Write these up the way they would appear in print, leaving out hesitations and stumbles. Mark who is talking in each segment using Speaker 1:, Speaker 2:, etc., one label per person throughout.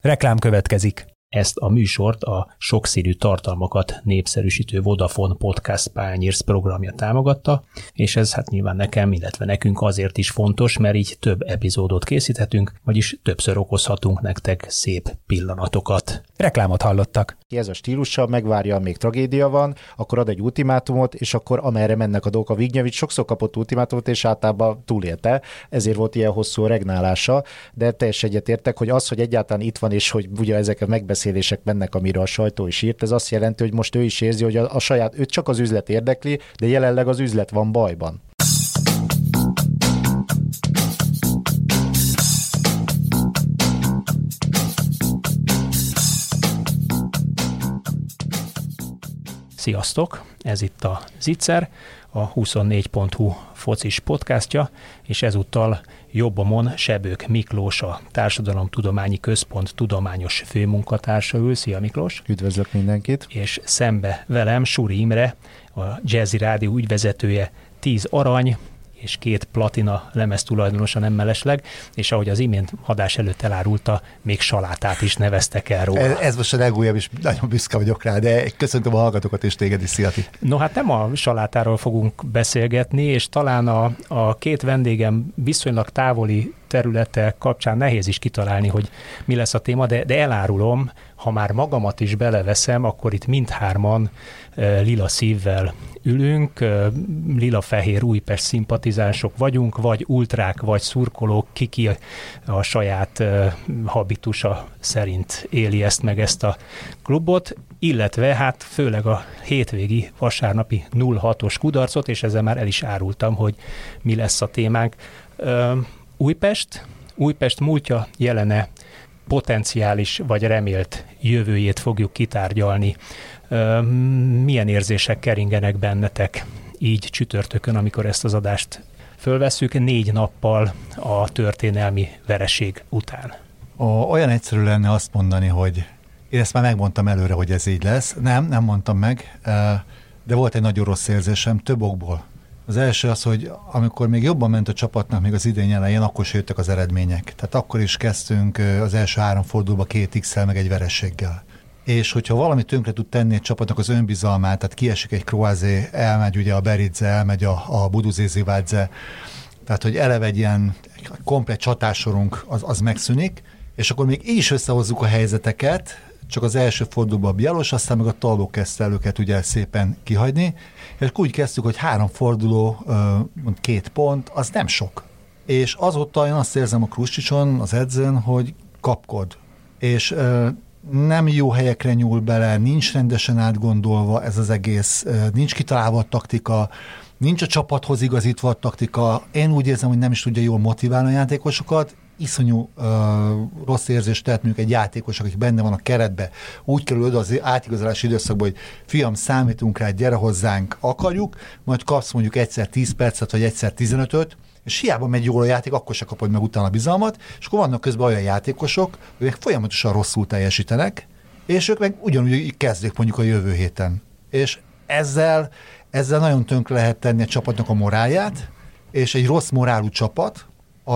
Speaker 1: Reklám következik. Ezt a műsort a sokszínű tartalmakat népszerűsítő Vodafone Podcast Pioneers programja támogatta, és ez hát nyilván nekem, illetve nekünk azért is fontos, mert így több epizódot készíthetünk, vagyis többször okozhatunk nektek szép pillanatokat. Reklámot hallottak.
Speaker 2: Ez a stílussal megvárja, még tragédia van, akkor ad egy ultimátumot, és akkor amerre mennek a dolgok. A Vignyevics sokszor kapott ultimátumot, és általában túlélte, ezért volt ilyen hosszú a regnálása, de teljesen egyetértek, hogy az, hogy egyáltalán itt van, és hogy ugye ezek a megbeszélések mennek, amiről a sajtó is írt, ez azt jelenti, hogy most ő is érzi, hogy a saját, őt csak az üzlet érdekli, de jelenleg az üzlet van bajban.
Speaker 1: Sziasztok! Ez itt a Zicser, a 24.hu focis podcastja, és ezúttal jobbomon Sebők Miklós, a Társadalomtudományi Központ tudományos főmunkatársa ül. Szia Miklós!
Speaker 2: Üdvözlök mindenkit!
Speaker 1: És szembe velem Suri Imre, a Jazzy Rádió ügyvezetője, 10 arany és 2 platina lemez tulajdonosa nem mellesleg, és ahogy az imént adás előtt elárulta, még salátát is neveztek el róla.
Speaker 3: Ez most a legújabb, és nagyon büszke vagyok rá, de köszöntöm a hallgatókat és téged is, szia Ti.
Speaker 1: No hát nem a salátáról fogunk beszélgetni, és talán a két vendégem viszonylag távoli területe kapcsán nehéz is kitalálni, hogy mi lesz a téma, de elárulom, ha már magamat is beleveszem, akkor itt mindhárman lila szívvel ülünk, lila-fehér Újpest szimpatizánsok vagyunk, vagy ultrák, vagy szurkolók, ki a saját habitusa szerint éli ezt meg ezt a klubot, illetve hát főleg a hétvégi vasárnapi 0-6-os kudarcot, és ezzel már el is árultam, hogy mi lesz a témánk. Újpest múltja, jelene, potenciális vagy remélt jövőjét fogjuk kitárgyalni. Milyen érzések keringenek bennetek így csütörtökön, amikor ezt az adást fölvesszük 4 nappal a történelmi vereség után?
Speaker 3: Olyan egyszerű lenne azt mondani, hogy én ezt már megmondtam előre, hogy ez így lesz. Nem mondtam meg, de volt egy nagyon rossz érzésem több okból. Az első az, hogy amikor még jobban ment a csapatnak, még az idény elején, akkor is jöttek az eredmények. Tehát akkor is kezdtünk az első 3 fordulóba 2 x-el, meg egy vereséggel. És hogyha valami tönkre tud tenni egy csapatnak az önbizalmát, tehát kiesik egy Kroazé, elmegy ugye a Beridze, elmegy a Buduzézivádze, tehát hogy eleve egy ilyen komplett csatársorunk az megszűnik, és akkor még így is összehozzuk a helyzeteket, csak az első fordulóban a Bialos, aztán meg a Talbot kezdte el őket ugye szépen kihagyni, és úgy kezdtük, hogy 3 forduló, 2 pont, az nem sok. És azóta én azt érzem a Kruscsicsson, az edzőn, hogy kapkod. És nem jó helyekre nyúl bele, nincs rendesen átgondolva ez az egész, nincs kitalálva a taktika, nincs a csapathoz igazítva a taktika. Én úgy érzem, hogy nem is tudja jól motiválni a játékosokat. Iszonyú rossz érzést tehet mondjuk egy játékos, aki benne van a keretbe, úgy kerül oda az átigazolási időszakba, hogy fiam, számítunk rá, gyere hozzánk, akarjuk, majd kapsz mondjuk egyszer 10 percet, vagy egyszer 15-öt, és hiába megy jól a játék, akkor se kapod meg utána a bizalmat, és akkor vannak közben olyan játékosok, akik folyamatosan rosszul teljesítenek, és ők meg ugyanúgy kezdik mondjuk a jövő héten. És ezzel nagyon tönkre lehet tenni a csapatnak a morálját, és egy rossz morálú csapat,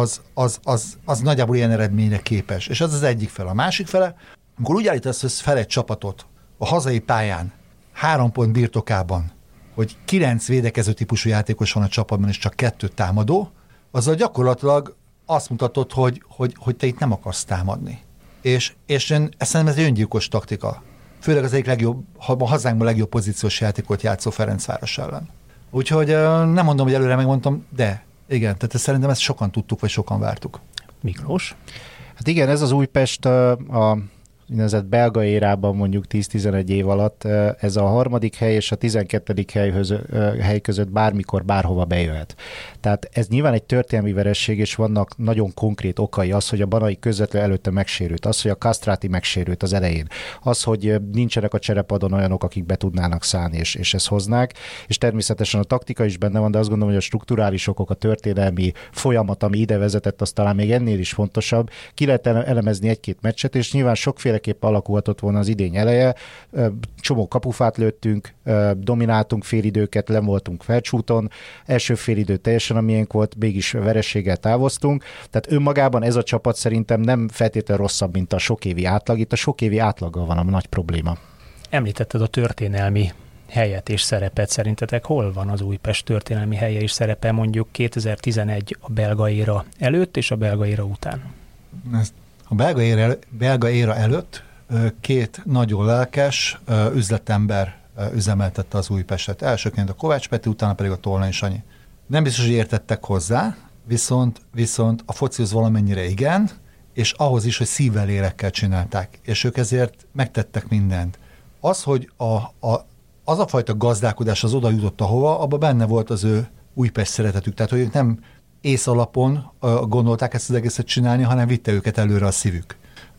Speaker 3: az nagyjából ilyen eredményre képes. És ez az egyik fele. A másik fele, amikor úgy állítasz fel egy csapatot a hazai pályán, 3 pont birtokában, hogy 9 védekező típusú játékos van a csapatban, és csak 2 támadó, azzal gyakorlatilag azt mutatod, hogy te itt nem akarsz támadni. És én ezt szerintem ez egy öngyilkos taktika. Főleg az egyik legjobb, a hazánkban legjobb pozíciós játékot játszó Ferencváros ellen. Úgyhogy nem mondom, hogy előre megmondtam, de igen, tehát szerintem ezt sokan tudtuk, vagy sokan vártuk.
Speaker 1: Miklós?
Speaker 2: Hát igen, ez az Újpest a úgynevezett belga érában mondjuk 10-11 év alatt ez a 3. hely és a 12. hely között bármikor, bárhova bejöhet. Tehát ez nyilván egy történelmi veresség, és vannak nagyon konkrét okai, az, hogy a Banai közvetlenül előtte megsérült, az, hogy a Kastráti megsérült az elején, az, hogy nincsenek a cserepadon olyanok, akik be tudnának szállni, és ezt hoznák, és természetesen a taktika is benne van, de azt gondolom, hogy a strukturális okok, a történelmi folyamat, ami ide vezetett, az talán még ennél is fontosabb. Ki lehet elemezni 1-2 meccset, és nyilván sokféle féleképp alakulhatott volna az idény eleje. Csomó kapufát lőttünk, domináltunk félidőket, nem voltunk felcsúton, első félidő teljesen a miénk volt, mégis vereséggel távoztunk. Tehát önmagában ez a csapat szerintem nem feltétlenül rosszabb, mint a sokévi átlag. Itt a sokévi átlaggal van a nagy probléma.
Speaker 1: Említetted a történelmi helyet és szerepet. Szerintetek hol van az Újpest történelmi helye és szerepe mondjuk 2011 a belga éra előtt és a belga éra után?
Speaker 3: A belga éra előtt két nagyon lelkes üzletember üzemeltette az Újpestet. Elsőként a Kovács Peti, utána pedig a Tolnai Sanyi. Nem biztos, hogy értettek hozzá, viszont a focihoz valamennyire igen, és ahhoz is, hogy szívvel, lélekkel csinálták. És ők ezért megtettek mindent. Az, hogy az a fajta gazdálkodás az oda jutott ahova, abban benne volt az ő Újpest szeretetük. Tehát, hogy ők nem ész alapon gondolták ezt az egészet csinálni, hanem vitte őket előre a szívük.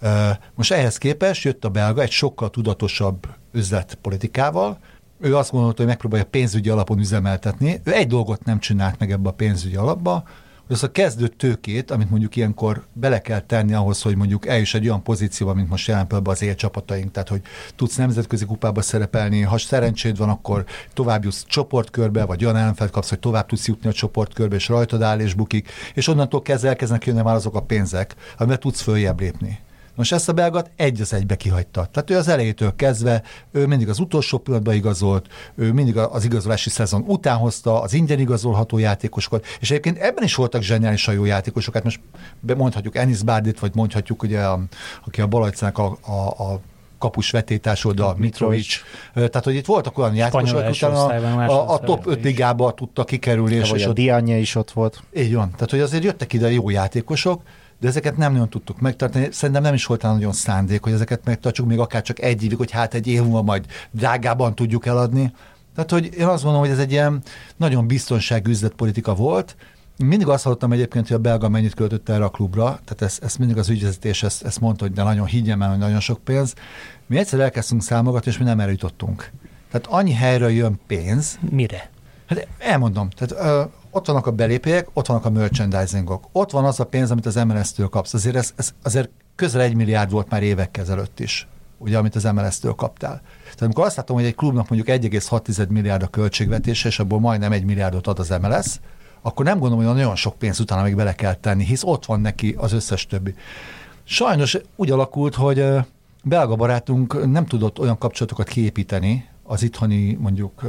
Speaker 3: Most ehhez képest jött a belga egy sokkal tudatosabb üzletpolitikával. Ő azt gondolta, hogy megpróbálja pénzügyi alapon üzemeltetni. Ő egy dolgot nem csinált meg ebbe a pénzügyi alapba, hogy az a kezdő tőkét, amit mondjuk ilyenkor bele kell tenni ahhoz, hogy mondjuk eljuss egy olyan pozícióba, mint most jelen pillanatban az élcsapataink, tehát hogy tudsz nemzetközi kupába szerepelni, ha szerencséd van, akkor tovább jutsz csoportkörbe, vagy olyan ellenfelet kapsz, hogy tovább tudsz jutni a csoportkörbe, és rajtad áll és bukik, és onnantól kezdve elkezdenek jönni már azok a pénzek, amivel tudsz följebb lépni. Most ezt a belgat egy az egybe kihagyta. Tehát ő az elejétől kezdve, ő mindig az utolsó pillanatban igazolt, ő mindig az igazolási szezon után hozta az ingyen igazolható játékosokat, és egyébként ebben is voltak zseniálisan jó játékosok. Hát most mondhatjuk Enis Bardit, vagy mondhatjuk ugye, aki a Balajcának a kapus vetétársolda, Mitrovic. Tehát, hogy itt voltak olyan játékosok, akik utána a top 5 ligába tudtak kikerülni.
Speaker 2: És a Dianye is ott volt.
Speaker 3: Így van. Tehát, hogy azért jöttek ide jó játékosok, de ezeket nem nagyon tudtuk megtartani. Szerintem nem is volt nagyon szándék, hogy ezeket megtartsuk, még akár csak egy évig, hogy hát egy év múlva majd drágában tudjuk eladni. Tehát, hogy én azt mondom, hogy ez egy ilyen nagyon biztonsági üzletpolitika volt. Mindig azt hallottam egyébként, hogy a belga mennyit költött erre a klubra, tehát ezt mindig az ügyvezetés ezt mondta, hogy de nagyon higgyem el, hogy nagyon sok pénz. Mi egyszer elkezdtünk számogatni, és mi nem erre jutottunk. Tehát annyi helyről jön pénz.
Speaker 1: Mire?
Speaker 3: Hát elmondom. Tehát ott vannak a belépőek, ott vannak a merchandisingok. Ott van az a pénz, amit az MLS-től kapsz. Azért közel 1 milliárd volt már évekkel ezelőtt is, ugye, amit az MLS-től kaptál. Tehát amikor azt látom, hogy egy klubnak mondjuk 1,6 milliárd a költségvetése, és abból majdnem 1 milliárdot ad az MLS, akkor nem gondolom, hogy nagyon sok pénz utána még bele kell tenni, hisz ott van neki az összes többi. Sajnos úgy alakult, hogy belga barátunk nem tudott olyan kapcsolatokat kiépíteni az itthoni mondjuk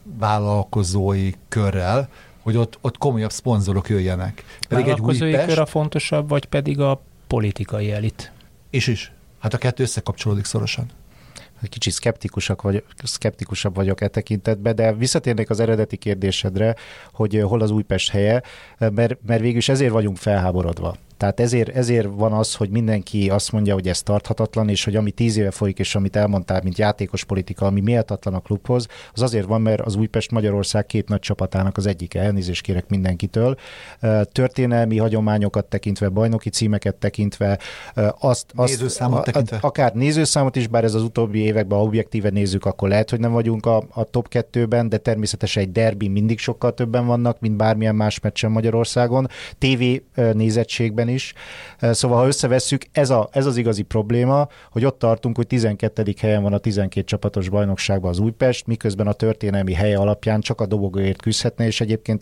Speaker 3: vállalkozói körrel, hogy ott komolyabb szponzorok jöjjenek.
Speaker 1: Pedig vállalkozói kör a fontosabb, vagy pedig a politikai elit?
Speaker 3: És. Hát a kettő összekapcsolódik szorosan.
Speaker 2: Kicsit szkeptikusabb vagyok e tekintetben, de visszatérnék az eredeti kérdésedre, hogy hol az Újpest helye, mert végül is ezért vagyunk felháborodva. Tehát ezért van az, hogy mindenki azt mondja, hogy ez tarthatatlan, és hogy ami 10 éve folyik, és amit elmondtál, mint játékos politika, ami méltatlan a klubhoz, az azért van, mert az Újpest Magyarország két nagy csapatának az egyike. Elnézést kérek mindenkitől. Történelmi hagyományokat tekintve, bajnoki címeket tekintve,
Speaker 3: nézőszámot tekintve.
Speaker 2: Akár nézőszámot is, bár ez az utóbbi években, ha objektíven nézzük, akkor lehet, hogy nem vagyunk a top 2-ben, de természetesen egy derbi mindig sokkal többen vannak, mint bármilyen más meccsen Magyarországon. TV nézettségben is. Szóval, ha összevesszük, ez az igazi probléma, hogy ott tartunk, hogy 12. helyen van a 12 csapatos bajnokságban az Újpest, miközben a történelmi helye alapján csak a dobogóért küzdhetne, és egyébként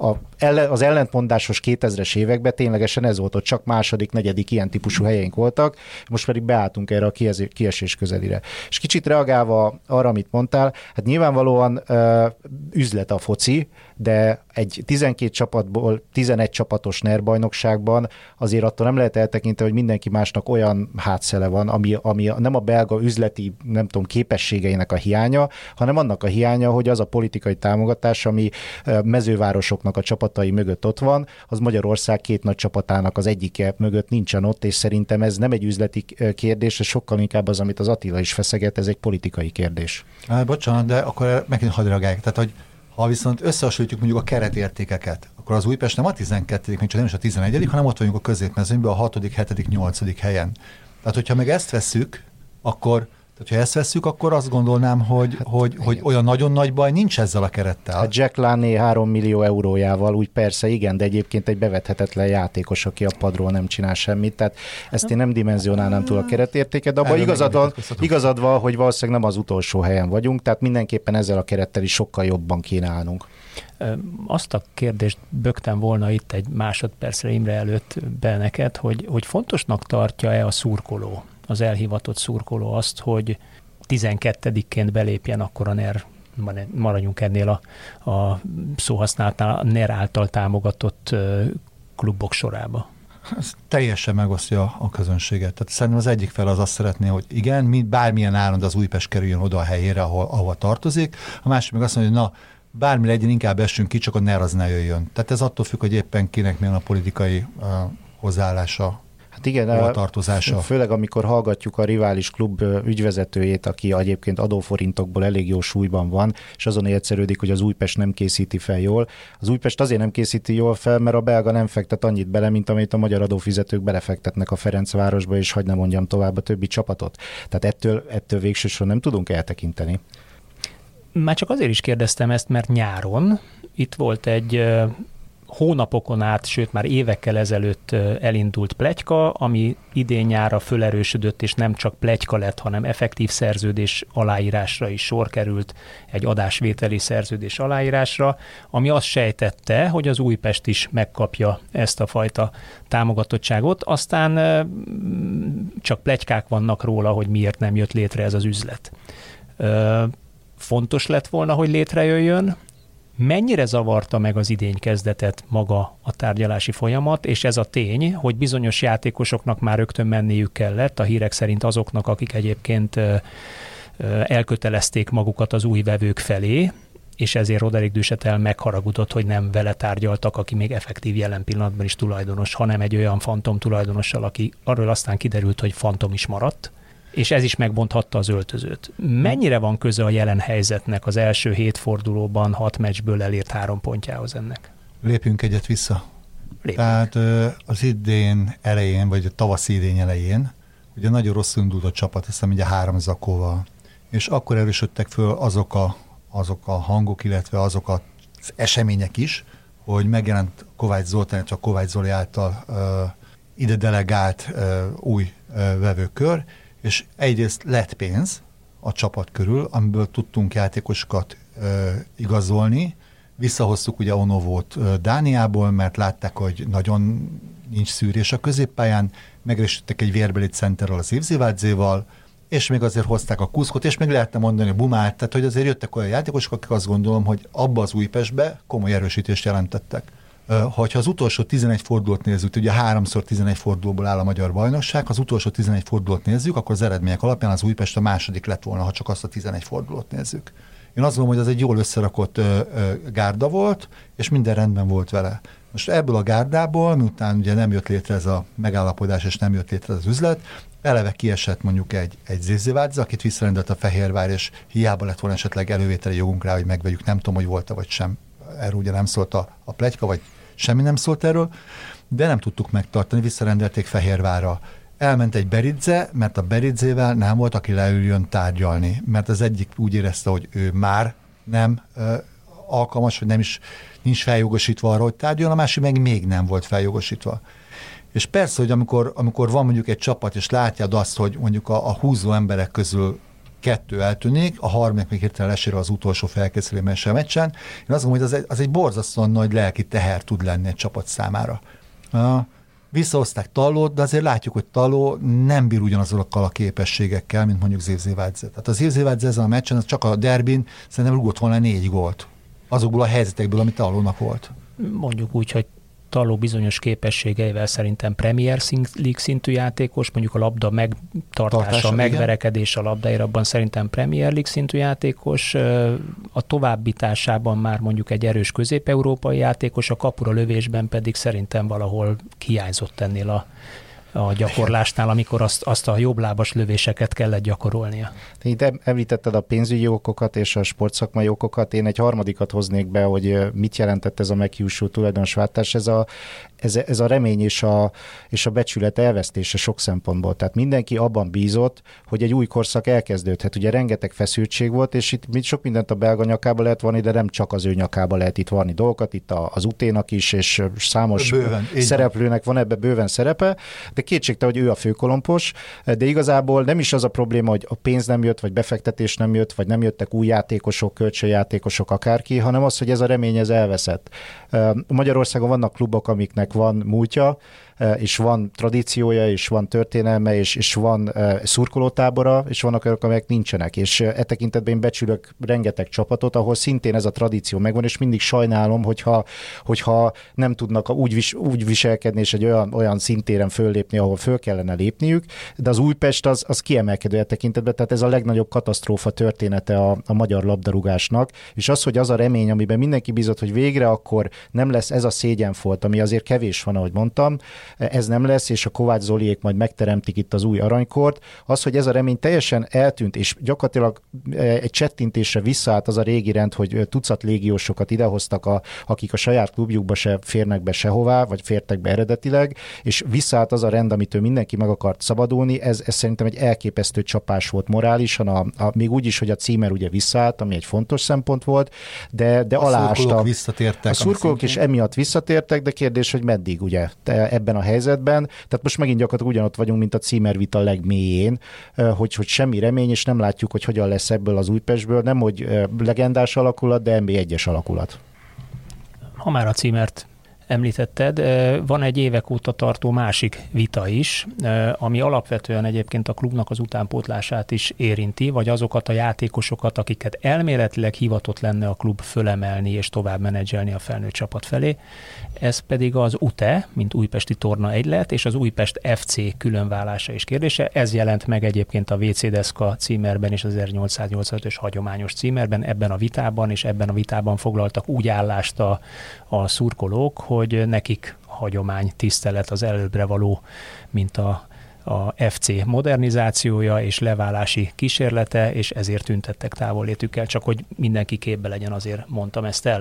Speaker 2: az ellentmondásos 2000-es években ténylegesen ez volt, hogy csak második, negyedik ilyen típusú helyeink voltak, most pedig beálltunk erre a kiesés közelire. És kicsit reagálva arra, amit mondtál, hát nyilvánvalóan üzlet a foci, de egy 12 csapatból 11 csapatos NER bajnokságban azért attól nem lehet eltekinteni, hogy mindenki másnak olyan hátszele van, ami nem a belga üzleti, nem tudom, képességeinek a hiánya, hanem annak a hiánya, hogy az a politikai támogatás, ami mezővárosoknak a csapatai mögött ott van, az Magyarország két nagy csapatának az egyike mögött nincsen ott, és szerintem ez nem egy üzleti kérdés, ez sokkal inkább az, amit az Attila is feszeget, ez egy politikai kérdés.
Speaker 3: Bocsánat, de akkor megint hadd reagálják. Tehát, hogy ha viszont összehasonlítjuk mondjuk a keretértékeket, akkor az Újpest nem a 12., még csak nem is a 11., hanem ott vagyunk a középmezőnyben, a 6., 7., 8. helyen. Tehát, hogyha meg ezt vesszük, akkor Tehát, ha ezt vesszük, akkor azt gondolnám, hogy olyan nagyon nagy baj nincs ezzel a kerettel.
Speaker 2: Hát Jack Lanney 3 millió eurójával, úgy persze igen, de egyébként egy bevethetetlen játékos, aki a padról nem csinál semmit, tehát ezt én nem dimenzionálnám túl a keretértéket, de abban igazad van, hogy valószínűleg nem az utolsó helyen vagyunk, tehát mindenképpen ezzel a kerettel is sokkal jobban kéne állnunk.
Speaker 1: Azt a kérdést bögtem volna itt egy másodpercre Imre előtt be neked, hogy fontosnak tartja-e a szurkoló, az elhivatott szurkoló azt, hogy 12-ként belépjen akkor a NER, maradjunk ennél a szóhasználatnál, a NER által támogatott klubok sorába?
Speaker 3: Ez teljesen megosztja a közönséget. Tehát szerintem az egyik fel az azt szeretné, hogy igen, bármilyen áron az Újpest kerüljön oda a helyére, ahova tartozik. A másik meg azt mondja, hogy na, bármi legyen, inkább essünk ki, csak a NER az ne jöjjön. Tehát ez attól függ, hogy éppen kinek milyen a politikai hozzáállása,
Speaker 2: hát igen,
Speaker 3: tartozása.
Speaker 2: Főleg amikor hallgatjuk a rivális klub ügyvezetőjét, aki egyébként adóforintokból elég jó súlyban van, és azon egyszerűdik, hogy az Újpest nem készíti fel jól. Az Újpest azért nem készíti jól fel, mert a belga nem fektet annyit bele, mint amit a magyar adófizetők belefektetnek a Ferencvárosba, és hadd ne mondjam tovább a többi csapatot. Tehát ettől végsősorban nem tudunk eltekinteni.
Speaker 1: Már csak azért is kérdeztem ezt, mert nyáron itt volt egy hónapokon át, sőt már évekkel ezelőtt elindult pletyka, ami idén nyárra fölerősödött, és nem csak pletyka lett, hanem effektív szerződés aláírásra is sor került, egy adásvételi szerződés aláírásra, ami azt sejtette, hogy az Újpest is megkapja ezt a fajta támogatottságot, aztán csak pletykák vannak róla, hogy miért nem jött létre ez az üzlet. Fontos lett volna, hogy létrejöjjön. Mennyire zavarta meg az idény kezdetet maga a tárgyalási folyamat, és ez a tény, hogy bizonyos játékosoknak már rögtön menniük kellett, a hírek szerint azoknak, akik egyébként elkötelezték magukat az új vevők felé, és ezért Roderick Duchetel megharagudott, hogy nem vele tárgyaltak, aki még effektív jelen pillanatban is tulajdonos, hanem egy olyan fantom tulajdonossal, aki arról aztán kiderült, hogy fantom is maradt, és ez is megbonthatta az öltözőt. Mennyire van köze a jelen helyzetnek az első 7 fordulóban 6 meccsből elért 3 pontjához ennek?
Speaker 3: Lépjünk egyet vissza.
Speaker 1: Lépjünk.
Speaker 3: Tehát az idén elején, vagy a tavaszi idén elején, ugye nagyon rosszul indult a csapat, hiszem ugye 3 zakóval, és akkor erősödtek föl azok a hangok, illetve azok az események is, hogy megjelent Kovács Zoltán, csak Kovács Zoli által ide delegált új vevőkör, és egyrészt lett pénz a csapat körül, amiből tudtunk játékosokat igazolni. Visszahoztuk ugye Onovót Dániából, mert látták, hogy nagyon nincs szűrés a középpályán, megerősítettek egy vérbeli centerrel, az Ivzivadzéval, és még azért hozták a Kuszkot, és még lehetne mondani Bumát, tehát hogy azért jöttek olyan játékosok, akik azt gondolom, hogy abba az Újpestbe komoly erősítést jelentettek. Hogyha az utolsó 11 fordulót nézzük, ugye 3x11 fordulóból áll a magyar bajnokság, ha az utolsó 11 fordulót nézzük, akkor az eredmények alapján az Újpest a második lett volna, ha csak azt a 11 fordulót nézzük. Én azt gondolom, hogy ez egy jól összerakott gárda volt, és minden rendben volt vele. Most ebből a gárdából, miután ugye nem jött létre ez a megállapodás, és nem jött létre az üzlet, eleve kiesett mondjuk egy Zivzivadze, akit visszarendelt a Fehérvár, és hiába lett volna esetleg elővételi jogunk rá, hogy megvegyük, nem tudom, hogy volt-e vagy sem. Erről ugye nem szólt a pletyka, vagy semmi nem szólt erről, de nem tudtuk megtartani, visszarendelték Fehérvárra. Elment egy Beridze, mert a Beridzével nem volt, aki leüljön tárgyalni, mert az egyik úgy érezte, hogy ő már nem alkalmas, hogy nincs feljogosítva arra, hogy tárgyaljon, a másik meg még nem volt feljogosítva. És persze, hogy amikor van mondjuk egy csapat, és látjád azt, hogy mondjuk a húzó emberek közül 2 eltűnik, a harmadik még hirtelen lesérül az utolsó felkészülő meccsen. Én azt mondom, hogy az egy borzasztóan nagy lelki teher tud lenni egy csapat számára. Visszahozták Tallót, de azért látjuk, hogy Talló nem bír ugyanazokkal a képességekkel, mint mondjuk Zivzivadze. Tehát az Zivzivadze ezen a meccsen, az csak a derbin szerintem rúgott volna 4 gólt. Azokból a helyzetekből, amit Tallónak volt.
Speaker 1: Mondjuk úgy, hogy Talló bizonyos képességeivel szerintem Premier League szintű játékos, mondjuk a labda megtartása, megverekedés a labdáért, abban szerintem Premier League szintű játékos, a továbbításában már mondjuk egy erős közép-európai játékos, a kapura lövésben pedig szerintem valahol hiányzott ennél a gyakorlásnál, amikor azt a jobblábas lövéseket kellett gyakorolnia.
Speaker 2: Itt említetted a pénzügyi okokat és a sportszakmai okokat. Én egy harmadikat hoznék be, hogy mit jelentett ez a meghiúsult tulajdonosváltás. Ez a remény és a becsület elvesztése sok szempontból. Tehát mindenki abban bízott, hogy egy új korszak elkezdődhet. Ugye rengeteg feszültség volt, és itt sok mindent a belga nyakába lehet vanni, de nem csak az ő nyakába lehet itt vanni dolgokat, itt az UT-nak is, és számos szereplőnek van ebbe bőven szerepe, de kétségtelen, hogy ő a főkolompos, de igazából nem is az a probléma, hogy a pénz nem jött, vagy befektetés nem jött, vagy nem jöttek új játékosok, kölcsönjátékosok, akárki, hanem az, hogy ez a remény ez elveszett. Magyarországon vannak klubok, amiknek van múltja, és van tradíciója, és van történelme, és van szurkolótábora, és vannak olyanok, amelyek nincsenek. És tekintetben én becsülök rengeteg csapatot, ahol szintén ez a tradíció megvan, és mindig sajnálom, hogyha nem tudnak úgy viselkedni, és egy olyan szintéren föllépni, ahol föl kellene lépniük, de az Újpest az kiemelkedő tekintetben, tehát ez a legnagyobb katasztrófa története a magyar labdarúgásnak, és az, hogy az a remény, amiben mindenki bízott, hogy végre akkor nem lesz ez a szégyenfolt, ami azért kevés van, ahogy mondtam, ez nem lesz, és a Kovács Zoliék majd megteremtik itt az új aranykort. Az, hogy ez a remény teljesen eltűnt, és gyakorlatilag egy csettintésre visszaállt az a régi rend, hogy tucat légiósokat idehoztak, akik a saját klubjukba se férnek be sehová, vagy fértek be eredetileg, és visszaállt az a rend, amitől mindenki meg akart szabadulni. Ez szerintem egy elképesztő csapás volt morálisan, még úgy is, hogy a címer ugye visszaállt, ami egy fontos szempont volt, de aláásta. A szurkolók is emiatt visszatértek, de kérdés, hogy meddig ugye ebben a helyzetben. Tehát most megint gyakorlatilag ugyanott vagyunk, mint a címervita legmélyén, hogy semmi remény, és nem látjuk, hogy hogyan lesz ebből az Újpestből, nem hogy legendás alakulat, de NB1-es alakulat.
Speaker 1: Ha már a címert említetted, van egy évek óta tartó másik vita is, ami alapvetően egyébként a klubnak az utánpótlását is érinti, vagy azokat a játékosokat, akiket elméletileg hivatott lenne a klub fölemelni és tovább menedzselni a felnőtt csapat felé. Ez pedig az UTE, mint Újpesti Torna Egylet, és az Újpest FC különválása is kérdése. Ez jelent meg egyébként a WC Deszka címerben és az 1885-ös hagyományos címerben, ebben a vitában, és ebben a vitában foglaltak úgy állást a szurkolók, hogy nekik hagyomány, tisztelet az előbbre való, mint a FC modernizációja és leválási kísérlete, és ezért tüntettek távollétükkel, csak hogy mindenki képbe legyen, azért mondtam ezt el.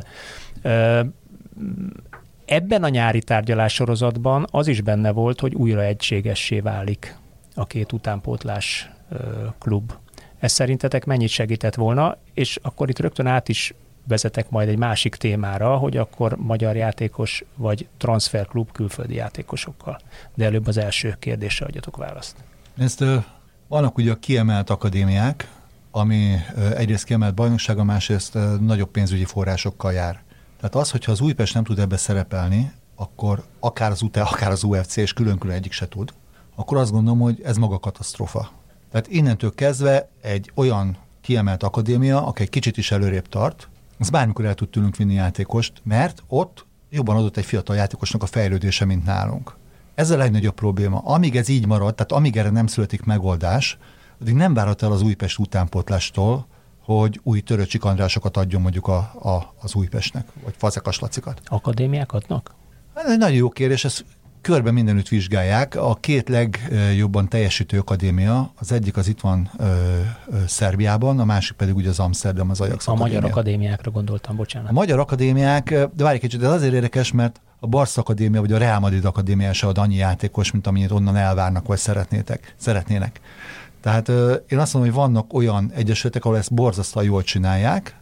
Speaker 1: Ebben a nyári tárgyalássorozatban az is benne volt, hogy újra egységessé válik a két utánpótlás klub. Ez szerintetek mennyit segített volna, és akkor itt rögtön át is vezetek majd egy másik témára, hogy akkor magyar játékos vagy transferklub külföldi játékosokkal. De előbb az első kérdésre adjatok választ.
Speaker 3: Vannak ugye a kiemelt akadémiák, ami egyrészt kiemelt bajnoksága, másrészt nagyobb pénzügyi forrásokkal jár. Tehát az, hogyha az Újpest nem tud ebbe szerepelni, akkor akár az UTE, akár az UFC, és külön-külön egyik se tud, akkor azt gondolom, hogy ez maga katasztrófa. Tehát innentől kezdve egy olyan kiemelt akadémia, aki egy kicsit is előrébb tart, az bármikor el tud tőlünk vinni játékost, mert ott jobban adott egy fiatal játékosnak a fejlődése, mint nálunk. Ez a legnagyobb probléma. Amíg ez így marad, tehát amíg erre nem születik megoldás, addig nem várhat el az Újpest utánpótlástól, hogy új Töröcsik Andrásokat adjon mondjuk az Újpestnek, vagy Fazekas Lacikat.
Speaker 1: Akadémiák adnak?
Speaker 3: Ez egy nagyon jó kérdés, ezt körben mindenütt vizsgálják. A két legjobban teljesítő akadémia, az egyik az itt van Szerbiában, a másik pedig ugye az Amsterdam, az Ajax
Speaker 1: Akadémia. A magyar akadémiákra gondoltam, bocsánat.
Speaker 3: A magyar akadémiák, de várj egy kicsit, ez azért érdekes, mert a Barca Akadémia vagy a Real Madrid Akadémia se ad annyi játékos, mint amennyit onnan elvárnak, vagy szeretnének. Tehát én azt mondom, hogy vannak olyan egyesületek, ahol ezt borzasztóan jól csinálják,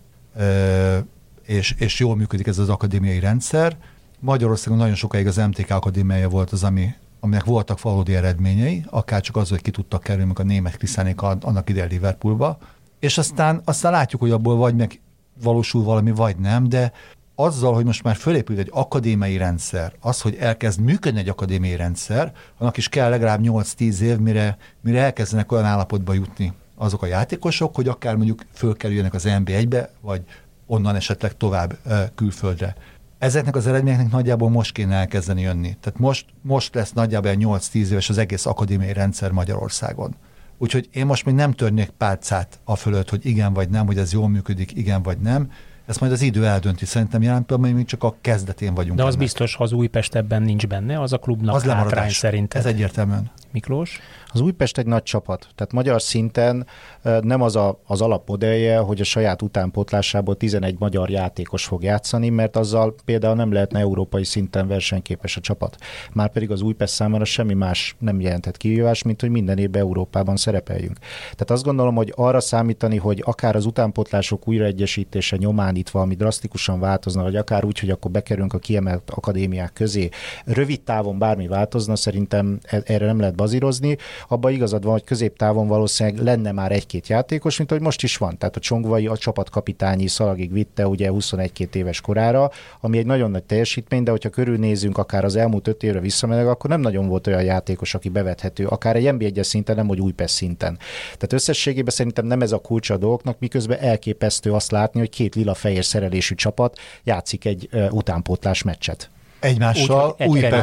Speaker 3: és jól működik ez az akadémiai rendszer. Magyarországon nagyon sokáig az MTK Akadémiája volt az, aminek voltak valódi eredményei, akár csak az, hogy ki tudtak kerülni a német Krisztánék annak idején Liverpoolba. És aztán látjuk, hogy abból vagy megvalósul valami, vagy nem, de azzal, hogy most már fölépült egy akadémiai rendszer, az, hogy elkezd működni egy akadémiai rendszer, annak is kell legalább 8-10 év, mire elkezdenek olyan állapotba jutni azok a játékosok, hogy akár mondjuk fölkerüljenek az NB1-be, vagy onnan esetleg tovább külföldre. Ezeknek az eredményeknek nagyjából most kéne elkezdeni jönni. Tehát most lesz nagyjából 8-10 éves az egész akadémiai rendszer Magyarországon. Úgyhogy én most még nem törnék pálcát a fölött, hogy igen vagy nem, hogy ez jól működik, igen vagy nem. Ezt majd az idő eldönti. Szerintem jelen pillanatban még csak a kezdetén vagyunk.
Speaker 1: De az
Speaker 3: ennek.
Speaker 1: biztos, ha az Újpest ebben nincs benne, az a klubnak hátrány szerinted.
Speaker 3: Ez egyértelműen.
Speaker 1: Miklós?
Speaker 2: Az Újpest egy nagy csapat, tehát magyar szinten nem az alapmodellje, hogy a saját utánpótlásából 11 magyar játékos fog játszani, mert azzal például nem lehetne európai szinten versenyképes a csapat. Márpedig az Újpest számára semmi más nem jelentett kihívás, mint hogy minden évben Európában szerepeljünk. Tehát azt gondolom, hogy arra számítani, hogy akár az utánpótlások újraegyesítése nyomán itt valami drasztikusan változna, vagy akár úgy, hogy akkor bekerülünk a kiemelt akadémiák közé, rövid távon bármi változna, szerintem erre nem lehet bazírozni. Abban igazad van, hogy középtávon valószínűleg lenne már egy-két játékos, mint hogy most is van. Tehát a Csongvai, a csapatkapitányi Szalagig vitte ugye 21-22 éves korára, ami egy nagyon nagy teljesítmény, de hogyha körülnézünk akár az elmúlt 5 évre visszamenőleg, akkor nem nagyon volt olyan játékos, aki bevethető, akár egy NB1-es szinten, nem hogy Újpest szinten. Tehát összességében szerintem nem ez a kulcsa a dolgoknak, miközben elképesztő azt látni, hogy két lila-fehér szerelésű csapat játszik egy utánpótlás meccset.
Speaker 3: Egymással,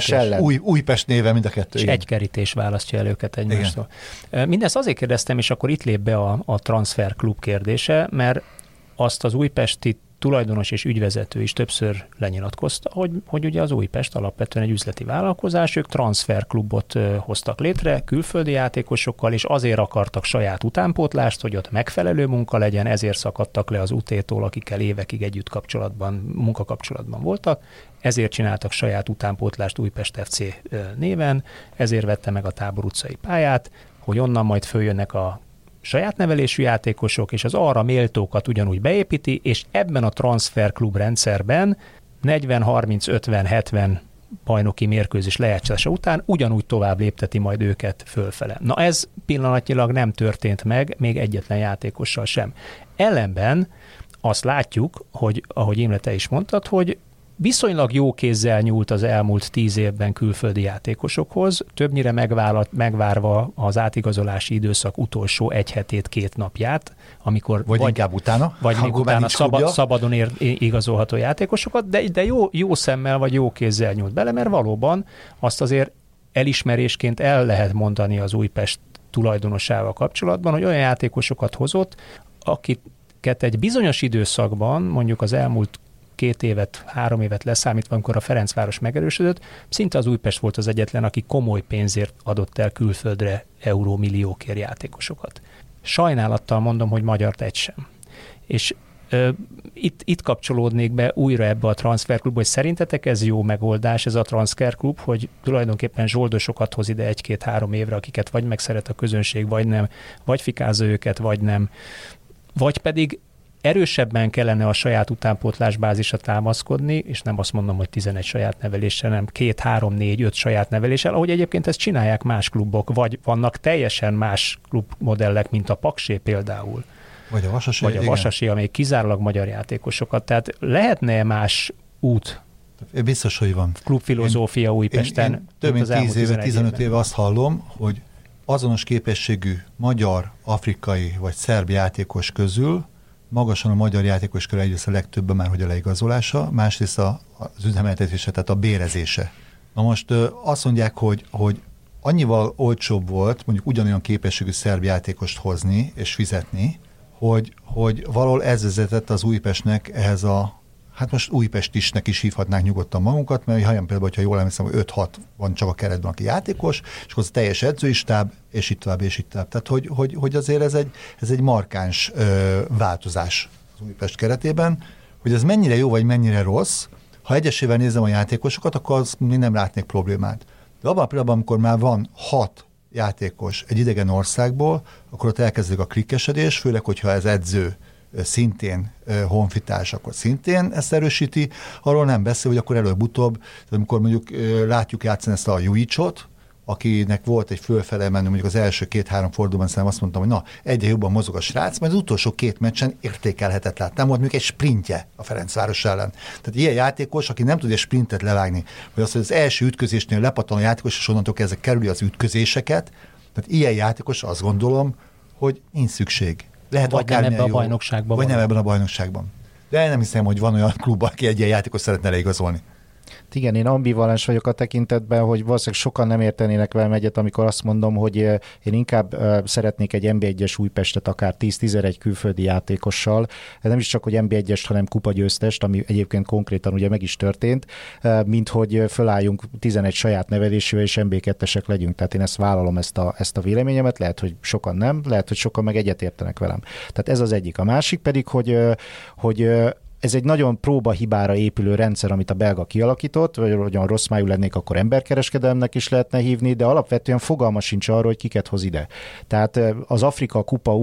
Speaker 3: Újpest néven mind a kettő.
Speaker 1: És egy kerítés választja el őket egymástól. Mindezt azért kérdeztem, és akkor itt lép be a transferklub kérdése, mert azt az újpesti tulajdonos és ügyvezető is többször lenyilatkozta, hogy ugye az Újpest alapvetően egy üzleti vállalkozás, ők transferklubot hoztak létre külföldi játékosokkal, és azért akartak saját utánpótlást, hogy ott megfelelő munka legyen, ezért szakadtak le az UT-tól, akikkel évekig együtt munkakapcsolatban voltak, ezért csináltak saját utánpótlást Újpest FC néven, ezért vette meg a Tábor utcai pályát, hogy onnan majd följönnek a saját nevelésű játékosok, és az arra méltókat ugyanúgy beépíti, és ebben a transferklub rendszerben 40, 30, 50, 70 bajnoki mérkőzés lejátszása után ugyanúgy tovább lépteti majd őket fölfele. Na ez pillanatnyilag nem történt meg, még egyetlen játékossal sem. Ellenben azt látjuk, hogy ahogy Imre te is mondtad, hogy viszonylag jó kézzel nyúlt az elmúlt 10 évben külföldi játékosokhoz, többnyire megvárva az átigazolási időszak utolsó egy hetét, 2 napját, amikor
Speaker 3: vagy inkább utána,
Speaker 1: vagy még utána szabadon igazolható játékosokat, de jó szemmel vagy jó kézzel nyúlt bele, mert valóban azt azért elismerésként el lehet mondani az Újpest tulajdonosával kapcsolatban, hogy olyan játékosokat hozott, akiket egy bizonyos időszakban, mondjuk az elmúlt 2 évet, 3 évet leszámítva, amikor a Ferencváros megerősödött, szinte az Újpest volt az egyetlen, aki komoly pénzért adott el külföldre eurómilliókért játékosokat. Sajnálattal mondom, hogy magyart egy sem. És itt kapcsolódnék be újra ebbe a transferklubba, hogy szerintetek ez jó megoldás, ez a transferklub, hogy tulajdonképpen zsoldosokat hoz ide 1-2-3 évre, akiket vagy megszeret a közönség, vagy nem, vagy fikázza őket, vagy nem, vagy pedig erősebben kellene a saját utánpótlásbázisra támaszkodni, és nem azt mondom, hogy 11 saját neveléssel, nem 2, 3, 4, 5 saját neveléssel, ahogy egyébként ezt csinálják más klubok, vagy vannak teljesen más klubmodellek, mint a Paksé például.
Speaker 3: Vagy a Vasasi,
Speaker 1: amelyik kizárólag magyar játékosokat. Tehát lehetne más út?
Speaker 3: Biztos, hogy van.
Speaker 1: Klubfilozófia Újpesten.
Speaker 3: Én több mint 10 éve, 15 éve azt hallom, hogy azonos képességű magyar, afrikai vagy szerb játékos közül magasan a magyar játékos körül egyrészt a legtöbb már, hogy a leigazolása, másrészt az üzemeltetése, tehát a bérezése. Na most azt mondják, hogy annyival olcsóbb volt mondjuk ugyanolyan képességű szerb játékost hozni és fizetni, hogy valahol ez vezetett az Újpestnek ehhez hát most Újpestisnek is hívhatnánk nyugodtan magunkat, mert olyan például, hogyha jól emlékszem, hogy 5-6 van csak a keretben, aki játékos, és akkor az teljes edzői stáb, és itt tovább, és itt tovább. Tehát, hogy azért ez egy markáns változás az Újpest keretében, hogy ez mennyire jó, vagy mennyire rossz. Ha egyesével nézem a játékosokat, akkor az még nem látnék problémát. De abban a pillanatban, amikor már van 6 játékos egy idegen országból, akkor ott elkezdődik a klikkesedés, főleg, hogyha ez edző szintén honfitárs, akkor szintén ezt erősíti. Arról nem beszél, hogy akkor előbb-utóbb, amikor mondjuk látjuk játszani ezt a Juicsot, akinek volt egy fölfele menő, mondjuk az első 2-3 fordulóban szerintem azt mondtam, hogy na, egyre jobban mozog a srác, majd az utolsó 2 meccsen értékelhetetlen. Nem volt mondjuk egy sprintje a Ferencváros ellen. Tehát ilyen játékos, aki nem tud egy sprintet levágni, vagy azt, hogy az első ütközésnél lepattan a játékos, és onnantól kezdve kerüli az ütközéseket. Tehát ilyen játékos, azt gondolom, hogy nincs szükség. Lehet
Speaker 1: vagy nem ebben a bajnokságban.
Speaker 3: Vagy nem ebben a bajnokságban. De nem hiszem, hogy van olyan klub, aki egy ilyen játékos szeretne leigazolni.
Speaker 2: Igen, én ambivalens vagyok a tekintetben, hogy valószínűleg sokan nem értenének velem egyet, amikor azt mondom, hogy én inkább szeretnék egy NB1-es Újpestet akár 10-11 külföldi játékossal, nem is csak, hogy NB1-est, hanem kupagyőztest, ami egyébként konkrétan ugye meg is történt, mint hogy fölálljunk 11 saját nevelésével és NB2-esek legyünk. Tehát én ezt vállalom, ezt a véleményemet, lehet, hogy sokan nem, lehet, hogy sokan meg egyet értenek velem. Tehát ez az egyik. A másik pedig, hogy ez egy nagyon próbahibára épülő rendszer, amit a belga kialakított, vagy olyan rossz májú lennék, akkor emberkereskedelemnek is lehetne hívni, de alapvetően fogalma sincs arról, hogy kiket hoz ide. Tehát az Afrika Kupa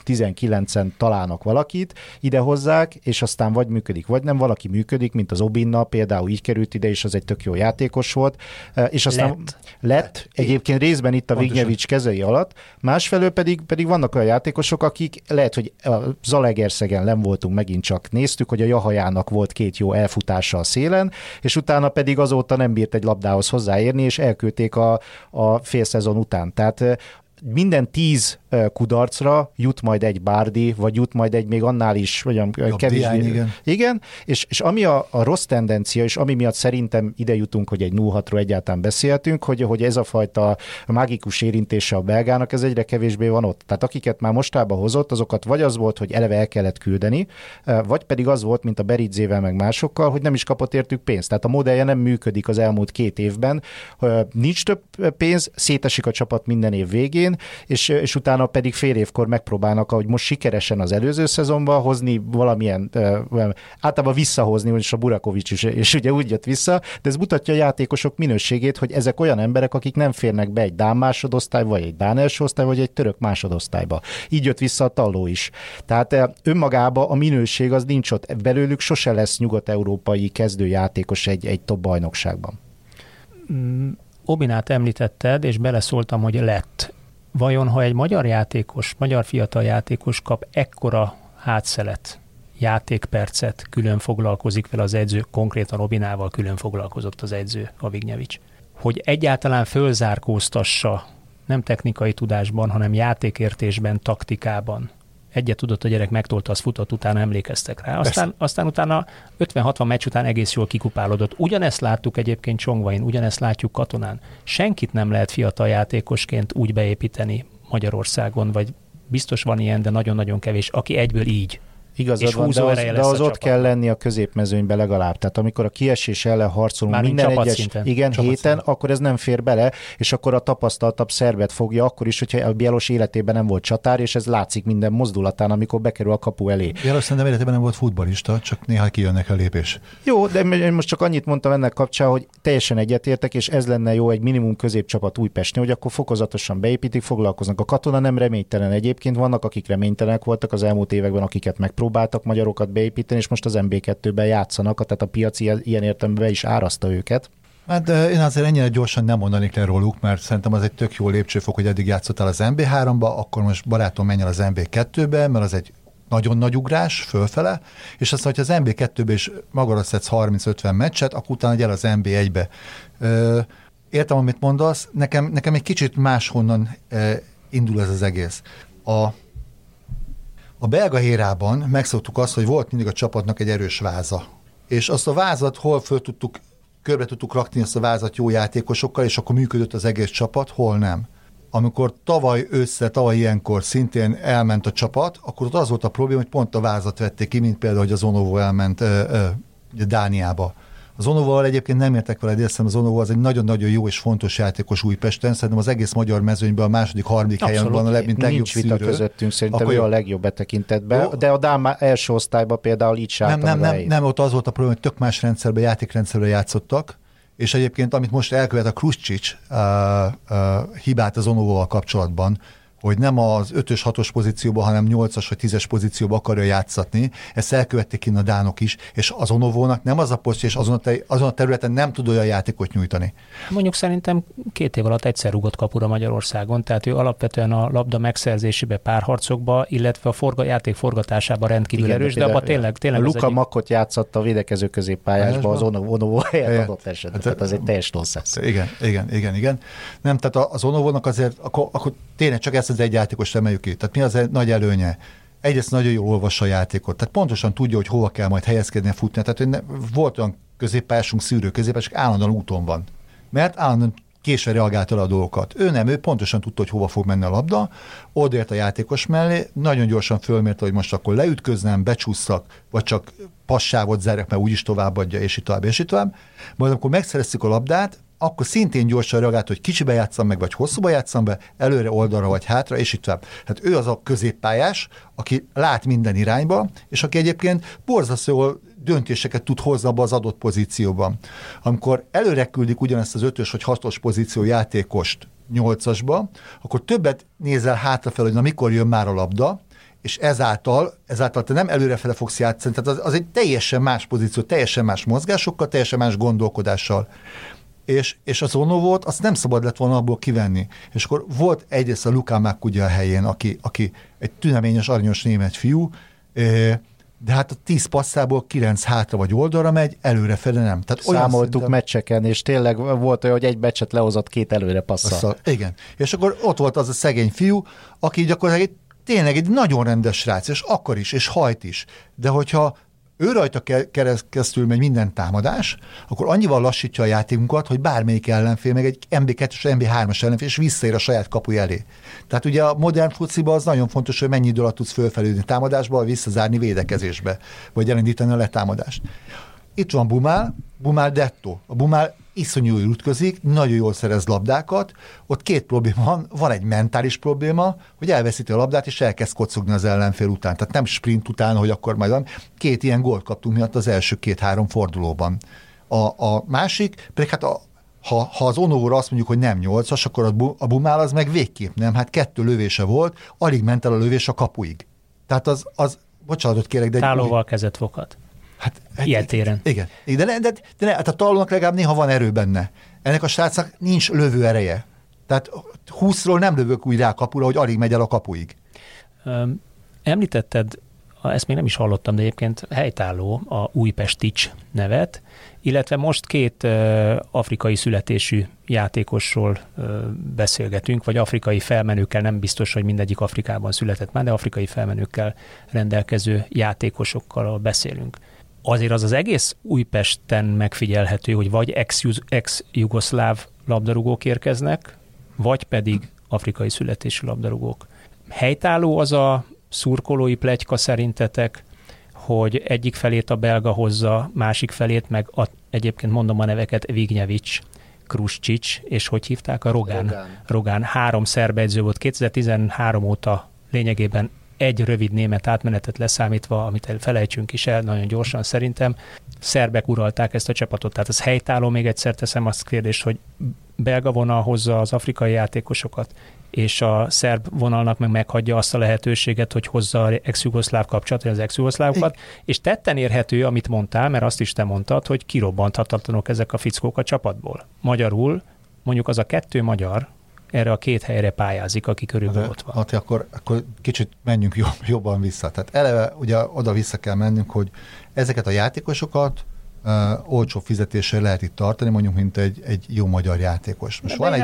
Speaker 2: U19-en találnak valakit, ide hozzák, és aztán vagy működik, vagy nem, valaki működik, mint az Obinna, például így került ide, és az egy tök jó játékos volt. És aztán lett egyébként részben itt a Vignyevics kezei alatt, másfelől pedig vannak olyan játékosok, akik lehet, hogy Zalaegerszegen nem voltunk, megint csak néztük, hogy a Jahajának volt 2 jó elfutása a szélen, és utána pedig azóta nem bírt egy labdához hozzáérni, és elküldték a félszezon után. Tehát minden 10 kudarcra jut majd egy Bárdi, vagy jut majd egy még annál is, vagy kevésbé. Igen, és ami a rossz tendencia, és ami miatt szerintem ide jutunk, hogy egy 0-6-ról egyáltalán beszéltünk, hogy ez a fajta mágikus érintése a belgának, ez egyre kevésbé van ott. Tehát akiket már mostában hozott, azokat vagy az volt, hogy eleve el kellett küldeni, vagy pedig az volt, mint a Beridzével meg másokkal, hogy nem is kapott értük pénzt. Tehát a modellje nem működik az elmúlt 2 évben. Nincs több pénz, szétesik a csapat minden év végén, és utána pedig fél évkor megpróbálnak, ahogy most sikeresen az előző szezonban hozni valamilyen, általában visszahozni, és a Burakovics is, és ugye úgy jött vissza, de ez mutatja a játékosok minőségét, hogy ezek olyan emberek, akik nem férnek be egy dán másodosztály, vagy egy dán első osztály, vagy egy török másodosztályba. Így jött vissza a Talló is. Tehát önmagában a minőség az nincs ott. Belőlük sose lesz nyugat-európai kezdőjátékos egy top bajnokságban.
Speaker 1: Obinát említetted, és beleszóltam, hogy lett. Vajon, ha egy magyar fiatal játékos kap ekkora hátszelet, játékpercet, külön foglalkozik vele az edző, konkrétan Obinával külön foglalkozott az edző, a Vignyevics, hogy egyáltalán fölzárkóztassa, nem technikai tudásban, hanem játékértésben, taktikában. Egyet tudott a gyerek, megtolta, az futott, utána emlékeztek rá. Aztán utána 50-60 meccs után egész jól kikupálódott. Ugyanezt láttuk egyébként Csongvain, ugyanezt látjuk Katonán. Senkit nem lehet fiatal játékosként úgy beépíteni Magyarországon, vagy biztos van ilyen, de nagyon-nagyon kevés, aki egyből így.
Speaker 2: Igazad van, de az ott kell lenni a középmezőnybe legalább. Tehát amikor a kiesés ellen harcolunk minden egyes héten, akkor ez nem fér bele, és akkor a tapasztaltabb szervet fogja, akkor is, hogyha a Bielos életében nem volt csatár, és ez látszik minden mozdulatán, amikor bekerül a kapu elé.
Speaker 3: Bielos szerintem életében nem volt futballista, csak néha kijönnek a lépés.
Speaker 2: Jó, de én most csak annyit mondtam ennek kapcsán, hogy teljesen egyetértek, és ez lenne jó egy minimum középcsapat Újpestnél, hogy akkor fokozatosan beépítik, foglalkoznak. A Katona nem reménytelen egyébként, vannak, akik reménytelenek voltak az elmúlt években, akiket megpróbáltak magyarokat beépíteni, és most az MB2-ben játszanak, tehát a piac ilyen értelemben is áraszta őket.
Speaker 3: Hát én azért ennyire gyorsan nem mondanék le róluk, mert szerintem az egy tök jó lépcsőfok, hogy eddig játszottál az MB3-ba, akkor most barátom menj el az MB2-be, mert az egy nagyon nagy ugrás fölfele, és aztán, hogy az MB2-be is magadra szedsz 30-50 meccset, akkor utána gyere az MB1-be. Értem, amit mondasz, nekem egy kicsit máshonnan indul ez az egész. A belga érában megszoktuk azt, hogy volt mindig a csapatnak egy erős váza. És azt a vázat hol körbe tudtuk rakni azt a vázat jó játékosokkal, és akkor működött az egész csapat, hol nem. Amikor tavaly ilyenkor szintén elment a csapat, akkor ott az volt a probléma, hogy pont a vázat vették ki, mint például, hogy az Onovo elment Dániába. Az Onovoval egyébként nem értek vele, de az Onovo az egy nagyon-nagyon jó és fontos játékos Újpesten. Szerintem az egész magyar mezőnyben a második, harmadik helyen van a legjobb szűrő.
Speaker 2: Nincs vita közöttünk, szerintem ő a legjobb betekintetben, de a Dán első osztályban például így sártam
Speaker 3: nem, ott az volt a probléma, hogy tök más rendszerben, játékrendszerben játszottak, és egyébként, amit most elkövet a Krusčić hibát az Onovoval kapcsolatban, hogy nem az 5-ös, 6-os pozícióban, hanem 8-as vagy 10-es pozícióban akarja játszatni. Ezt elkövették innen a dánok is, és az Onovónak nem az a posztja, és azon a területen nem tud olyan játékot nyújtani.
Speaker 1: Mondjuk szerintem 2 év alatt egyszer rúgott kapura Magyarországon, tehát ő alapvetően a labda megszerzésébe, párharcokba, illetve a játék forgatásában rendkívül erős, de abban tényleg
Speaker 2: a Luka Makot játszott a védező középpályásban az Onovó helyett adott esetben, tehát az egy teljes nonsens.
Speaker 3: Igen. Nem, tehát az Onovónak azért, akkor tényleg csak ezt az egy játékost emeljük ki. Tehát mi az egy nagy előnye? Egyrészt nagyon jól olvassa a játékot. Tehát pontosan tudja, hogy hova kell majd helyezkedni, futni. Tehát volt olyan középpályásunk, szűrő középpályásunk állandóan úton van. Mert állandóan késve reagált el a dolgokat. Ő pontosan tudta, hogy hova fog menni a labda, odaért a játékos mellé, nagyon gyorsan fölmérte, hogy most akkor leütköznem, becsúsztak, vagy csak passávot zerek, mert úgyis továbbadja, és így tovább, és így tovább. Majd amikor megszereztük a labdát, akkor szintén gyorsan reagált, hogy kicsibe játszam meg, vagy hosszúba játszam be, előre, oldalra, vagy hátra, és így tovább. Hát ő az a középpályás, aki lát minden irányba, és aki egyébként borzasztó jól döntéseket tud hozni abba az adott pozícióban. Amikor előre küldik ugyanezt az 5-ös vagy 6-os pozíció játékost 8-asba, akkor többet nézel hátrafel, hogy na mikor jön már a labda, és ezáltal te nem előrefele fogsz játszani, tehát az egy teljesen más pozíció, teljesen más mozgásokkal, teljesen más gondolkodással. És az Onovót azt nem szabad lett volna abból kivenni. És akkor volt egyrészt a Luka Mák ugye a helyén, aki egy tüneményes, aranyos német fiú, de hát a 10 passzából 9 hátra vagy oldalra megy, előrefele nem. Tehát
Speaker 2: számoltuk meccseken, és tényleg volt olyan, hogy egy meccset lehozott 2 előre passzal.
Speaker 3: Igen. És akkor ott volt az a szegény fiú, aki gyakorlatilag tényleg egy nagyon rendes srác, és akar is, és hajt is. De hogyha ő rajta keresztül megy minden támadás, akkor annyival lassítja a játékunkat, hogy bármelyik ellenfél, meg egy MB2-es, MB3-as ellenfél, és visszaér a saját kapuja elé. Tehát ugye a modern fociban az nagyon fontos, hogy mennyi idő alatt tudsz fölfelülni támadásba, visszazárni védekezésbe, vagy elindítani a letámadást. Itt van Bumál Detto. A Bumál iszonyú jól ütközik, nagyon jól szerez labdákat, ott 2 probléma van egy mentális probléma, hogy elveszíti a labdát, és elkezd kocogni az ellenfél után. Tehát nem sprint után, hogy akkor majd van. 2 ilyen gólt kaptunk miatt az első 2-3 fordulóban. A másik, pedig hát ha az Onovóra azt mondjuk, hogy nem 8-as, akkor a Bumál az meg végképp nem. Hát 2 lövése volt, alig ment el a lövés a kapuig. Tehát az bocsánatot kérek, de...
Speaker 1: Tálóval kezet foghat.
Speaker 3: Hát,
Speaker 1: ilyen téren.
Speaker 3: Igen. De hát a Tallónak legalább néha van erő benne. Ennek a srácnak nincs lövő ereje. Tehát 20-ról nem lövök úgy rá a kapura, hogy alig megy el a kapuig.
Speaker 1: Említetted, ezt még nem is hallottam, de egyébként helytálló a Újpestics nevet, illetve most 2 afrikai születésű játékosról beszélgetünk, vagy afrikai felmenőkkel, nem biztos, hogy mindegyik Afrikában született már, de afrikai felmenőkkel rendelkező játékosokkal beszélünk. Azért az egész Újpesten megfigyelhető, hogy vagy ex-jugoszláv labdarúgók érkeznek, vagy pedig afrikai születésű labdarúgók. Helytálló az a szurkolói pletyka szerintetek, hogy egyik felét a belga hozza, másik felét meg egyébként mondom a neveket, Vignjevic, Krusčić, és hogy hívták a Rogán. 3 szerb edző volt 2013 óta lényegében egy rövid német átmenetet leszámítva, amit felejtsünk is el nagyon gyorsan szerintem, szerbek uralták ezt a csapatot. Tehát az helytálló, még egyszer teszem azt a kérdést, hogy belga vonal hozza az afrikai játékosokat, és a szerb vonalnak meg meghagyja azt a lehetőséget, hogy hozza az ex-jugoszláv kapcsolatot, az ex-jugoszlávokat, és tetten érhető, amit mondtál, mert azt is te mondtad, hogy kirobbanthatatlanok ezek a fickók a csapatból. Magyarul mondjuk az a 2 magyar erre a 2 helyre pályázik, aki körülbelül ott van.
Speaker 3: Hát akkor kicsit menjünk jobban vissza. Tehát eleve ugye oda vissza kell mennünk, hogy ezeket a játékosokat olcsó fizetéssel lehet itt tartani, mondjuk, mint egy jó magyar játékos. Most van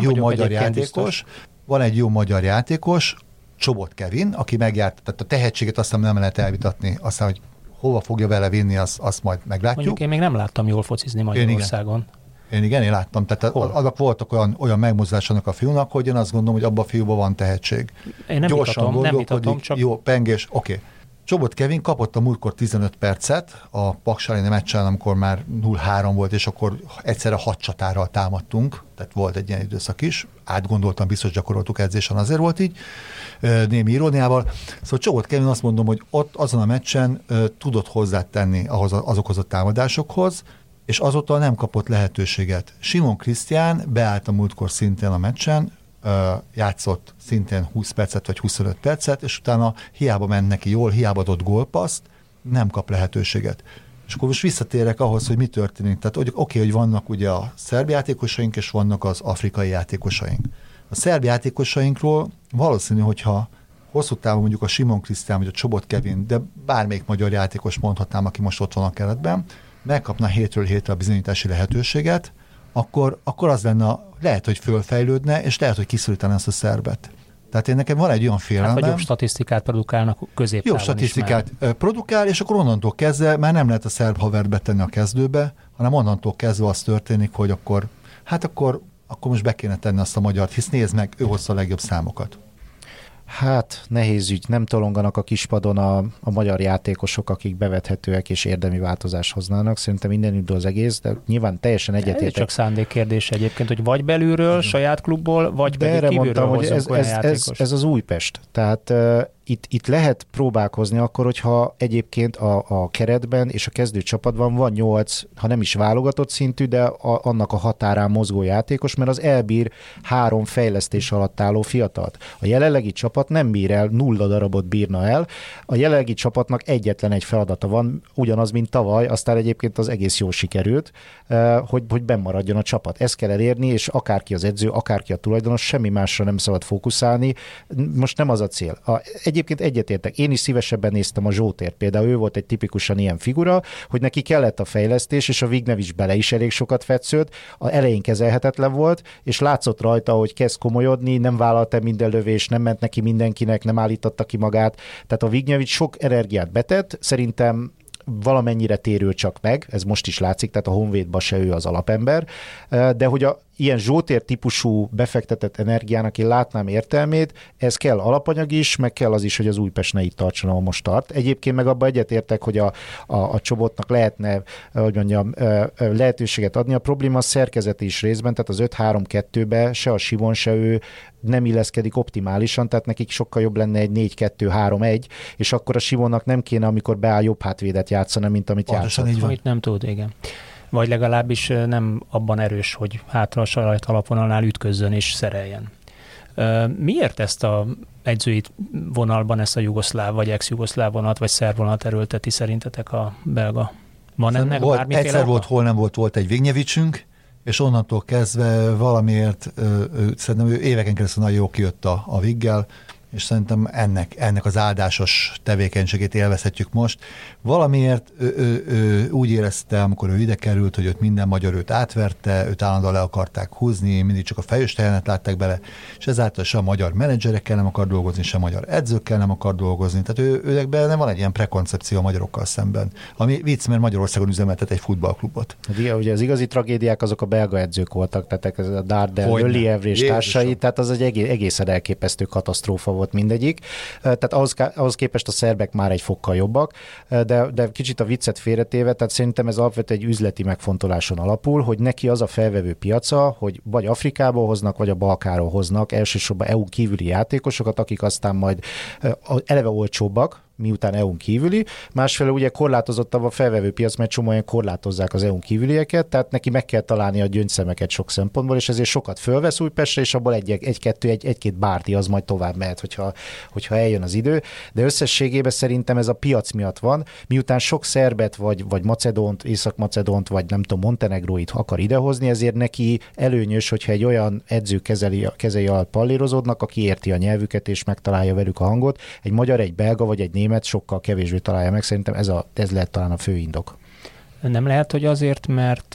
Speaker 3: egy jó magyar játékos, Csobot Kevin, aki megjárt, tehát a tehetséget aztán nem lehet elvitatni, aztán, hogy hova fogja vele vinni, azt majd meglátjuk.
Speaker 1: Mondjuk én még nem láttam jól focizni Magyarországon.
Speaker 3: Én láttam, tehát annak voltak olyan megmozdulás annak a fiúnak, hogy én azt gondolom, hogy abban a fiúban van tehetség.
Speaker 1: Én nem vitatom, csak...
Speaker 3: Jó, pengés, oké. Csobot Kevin kapott a múltkor 15 percet a Paksárini meccsen, amikor már 0-3 volt, és akkor egyszerre 6 csatárral támadtunk, tehát volt egy ilyen időszak is, átgondoltam, biztos gyakoroltuk edzésen, azért volt így, némi iróniával. Szóval Csobot Kevin azt mondom, hogy ott azon a meccsen tudott hozzátenni azokhoz a támadásokhoz, és azóta nem kapott lehetőséget. Simon Krisztián beállt a múltkor szintén a meccsen, játszott szintén 20 percet vagy 25 percet, és utána hiába ment neki jól, hiába adott gólpasszt, nem kap lehetőséget. És akkor most visszatérek ahhoz, hogy mi történik. Tehát oké, hogy vannak ugye a szerb játékosaink, és vannak az afrikai játékosaink. A szerb játékosainkról valószínű, hogyha hosszú távon mondjuk a Simon Krisztián, vagy a Csobot Kevin, de bármelyik magyar játékos mondhatnám, aki most ott van a keretben, megkapna hétről hétre a bizonyítási lehetőséget, akkor az lenne, lehet, hogy fölfejlődne, és lehet, hogy kiszorítaná ezt a szerbet. Tehát én nekem van egy olyan félelmem.
Speaker 1: Hát, jobb statisztikát produkálnak középtávon.
Speaker 3: Jobb statisztikát produkál, és akkor onnantól kezdve már nem lehet a szerb havert betenni a kezdőbe, hanem onnantól kezdve az történik, hogy akkor most be kéne tenni azt a magyart, hisz nézd meg, ő hozza a legjobb számokat.
Speaker 2: Hát nehéz ügy, nem tolonganak a kispadon a magyar játékosok, akik bevethetőek és érdemi változást hoznának. Szerintem minden üdv az egész, de nyilván teljesen egyetértek.
Speaker 1: Ez csak szándékkérdés egyébként, hogy vagy belülről, saját klubból, vagy
Speaker 2: de
Speaker 1: pedig kívülről
Speaker 2: mondtam, hogy ez az Újpest. Tehát itt lehet próbálkozni akkor, hogyha egyébként a keretben és a kezdőcsapatban van 8, ha nem is válogatott szintű, de annak a határán mozgó játékos, mert az elbír 3 fejlesztés alatt álló fiatalt. A jelenlegi csapat nem bír el, 0 darabot bírna el. A jelenlegi csapatnak egyetlen egy feladata van, ugyanaz, mint tavaly, aztán egyébként az egész jól sikerült, hogy bennmaradjon a csapat. Ezt kell elérni, és akárki az edző, akárki a tulajdonos, semmi másra nem szabad fókuszálni. Most nem az a cél. Egyébként egyetértek. Én is szívesebben néztem a Zsótért. Például ő volt egy tipikusan ilyen figura, hogy neki kellett a fejlesztés, és a Vignevics bele is elég sokat fetszőtt. A elején kezelhetetlen volt, és látszott rajta, hogy kezd komolyodni, nem vállalta minden lövést, nem ment neki mindenkinek, nem állította ki magát. Tehát a Vignevics sok energiát betett, szerintem valamennyire térül csak meg, ez most is látszik, tehát a Honvédban se ő az alapember, de hogy ilyen Zsótér típusú befektetett energiának én látnám értelmét, ez kell alapanyag is, meg kell az is, hogy az Újpest ne itt tartson, ahol most tart. Egyébként meg abban egyetértek, hogy a Csobotnak lehetne, hogy mondjam, lehetőséget adni. A probléma a szerkezeti is részben, tehát az 5-3-2-be se a Sivon, se ő nem illeszkedik optimálisan, tehát nekik sokkal jobb lenne egy 4-2-3-1, és akkor a Sivonnak nem kéne, amikor beáll, jobb hátvédet játszani, mint amit játszott.
Speaker 1: Amit nem tud, igen. Vagy legalábbis nem abban erős, hogy hátra a saját alapvonalnál ütközzön és szereljen. Miért ezt a edzői vonalban ezt a jugoszláv, vagy ex-jugoszláv vonalat, vagy szerb vonalat erőlteti szerintetek a belga? Van ennek bármiféle
Speaker 3: egyszer volt, hol nem volt egy Vignevicsünk, és onnantól kezdve valamiért szerintem ő éveken keresztül nagyon jó kijött a Viggel, és szerintem ennek az áldásos tevékenységét élvezhetjük most. Valamiért ő úgy érezte, amikor ő ide került, hogy őt minden magyar őt átverte, őt állandóan le akarták húzni, mindig csak a fejőstejenet látták bele, és ezáltal se a magyar menedzserekkel nem akar dolgozni, se a magyar edzőkkel nem akar dolgozni. Tehát őkben nem van egy ilyen prekoncepció a magyarokkal szemben. Ami vicc, mert Magyarországon üzemeltet egy futballklubot.
Speaker 2: Ugye az igazi tragédiák azok a belga edzők voltak, tehát ez a Dardel, Löllievre és társai, tehát az egy egészen elképesztő katasztrófa volt mindegyik. Tehát ahhoz képest a szerbek már egy fokkal jobbak, de kicsit a viccet félretéve, tehát szerintem ez alapvetően egy üzleti megfontoláson alapul, hogy neki az a felvevő piaca, hogy vagy Afrikából hoznak, vagy a Balkáról hoznak, elsősorban EU kívüli játékosokat, akik aztán majd eleve olcsóbbak, miután EU-n kívüli, másfelől ugye korlátozottabb a felvevő piac, mert csomóan korlátozzák az EU-n kívülieket, tehát neki meg kell találni a gyöngyszemeket sok szempontból, és ezért sokat fölvesz Újpestre, és abból egy-két bárti az majd tovább mehet, hogyha eljön az idő, de összességében szerintem ez a piac miatt van, miután sok szerbet, vagy macedont, észak-macedont, vagy nem tudom, montenegróit akar idehozni, ezért neki előnyös, hogyha egy olyan edző kezei alatt pallírozódnak, aki érti a nyelvüket, és megtalálja velük a hangot. Egy magyar, egy belga, vagy egy német sokkal kevésbé találja meg, szerintem ez lehet talán a fő indok.
Speaker 1: Nem lehet, hogy azért, mert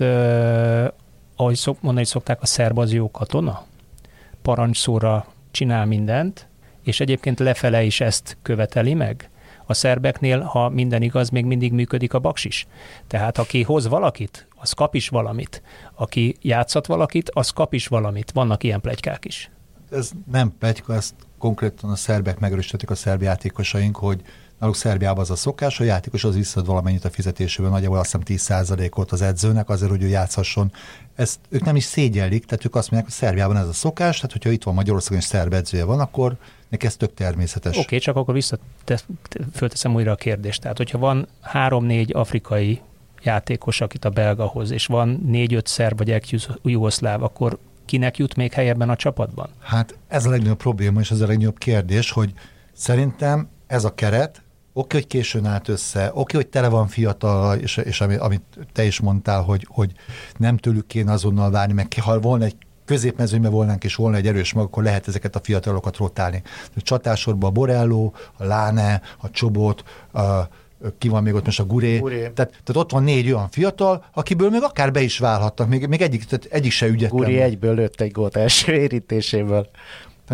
Speaker 1: ahogy mondani szokták, a szerb az jó katona, parancsszóra csinál mindent, és egyébként lefele is ezt követeli meg. A szerbeknél, ha minden igaz, még mindig működik a baksis. Tehát aki hoz valakit, az kap is valamit. Aki játszat valakit, az kap is valamit. Vannak ilyen pletykák is.
Speaker 3: Ez nem pletyka, ezt konkrétan a szerbek megerősítették, a szerb játékosaink, hogy náluk Szerbiában az a szokás, a játékos az visszad valamennyit a fizetésében, nagyjából azt hiszem 10%-ot az edzőnek, azért, hogy ő játszhasson. Ezt ők nem is szégyellik, tehát ők azt mondják, hogy Szerbiában ez a szokás, tehát hogyha itt van Magyarországon és szerb edzője van, akkor neki ez tök természetes.
Speaker 1: Oké, csak akkor fölteszem újra a kérdést. Tehát, hogyha van 3-4 afrikai játékos, akit a belga hoz, és van 4-5 szerb vagy jugoszláv, akkor kinek jut még hely ebben a csapatban?
Speaker 3: Hát ez a legnagyobb probléma, és ez a legnagyobb kérdés, hogy szerintem ez a keret, oké, hogy későn állt össze, oké, hogy tele van fiatal, és amit te is mondtál, hogy nem tőlük kéne azonnal várni, meg ha volna egy középmezőnyben volnánk, és volna egy erős mag, akkor lehet ezeket a fiatalokat rotálni. A csatársorban a Borello, a Láne, a Csobot, ki van még ott most a Guré. Tehát ott van 4 olyan fiatal, akiből még akár be is válhattak, még egyik se ügyetlen.
Speaker 2: Guré egyből lőtt egy gólt első érintéséből.
Speaker 3: Tehát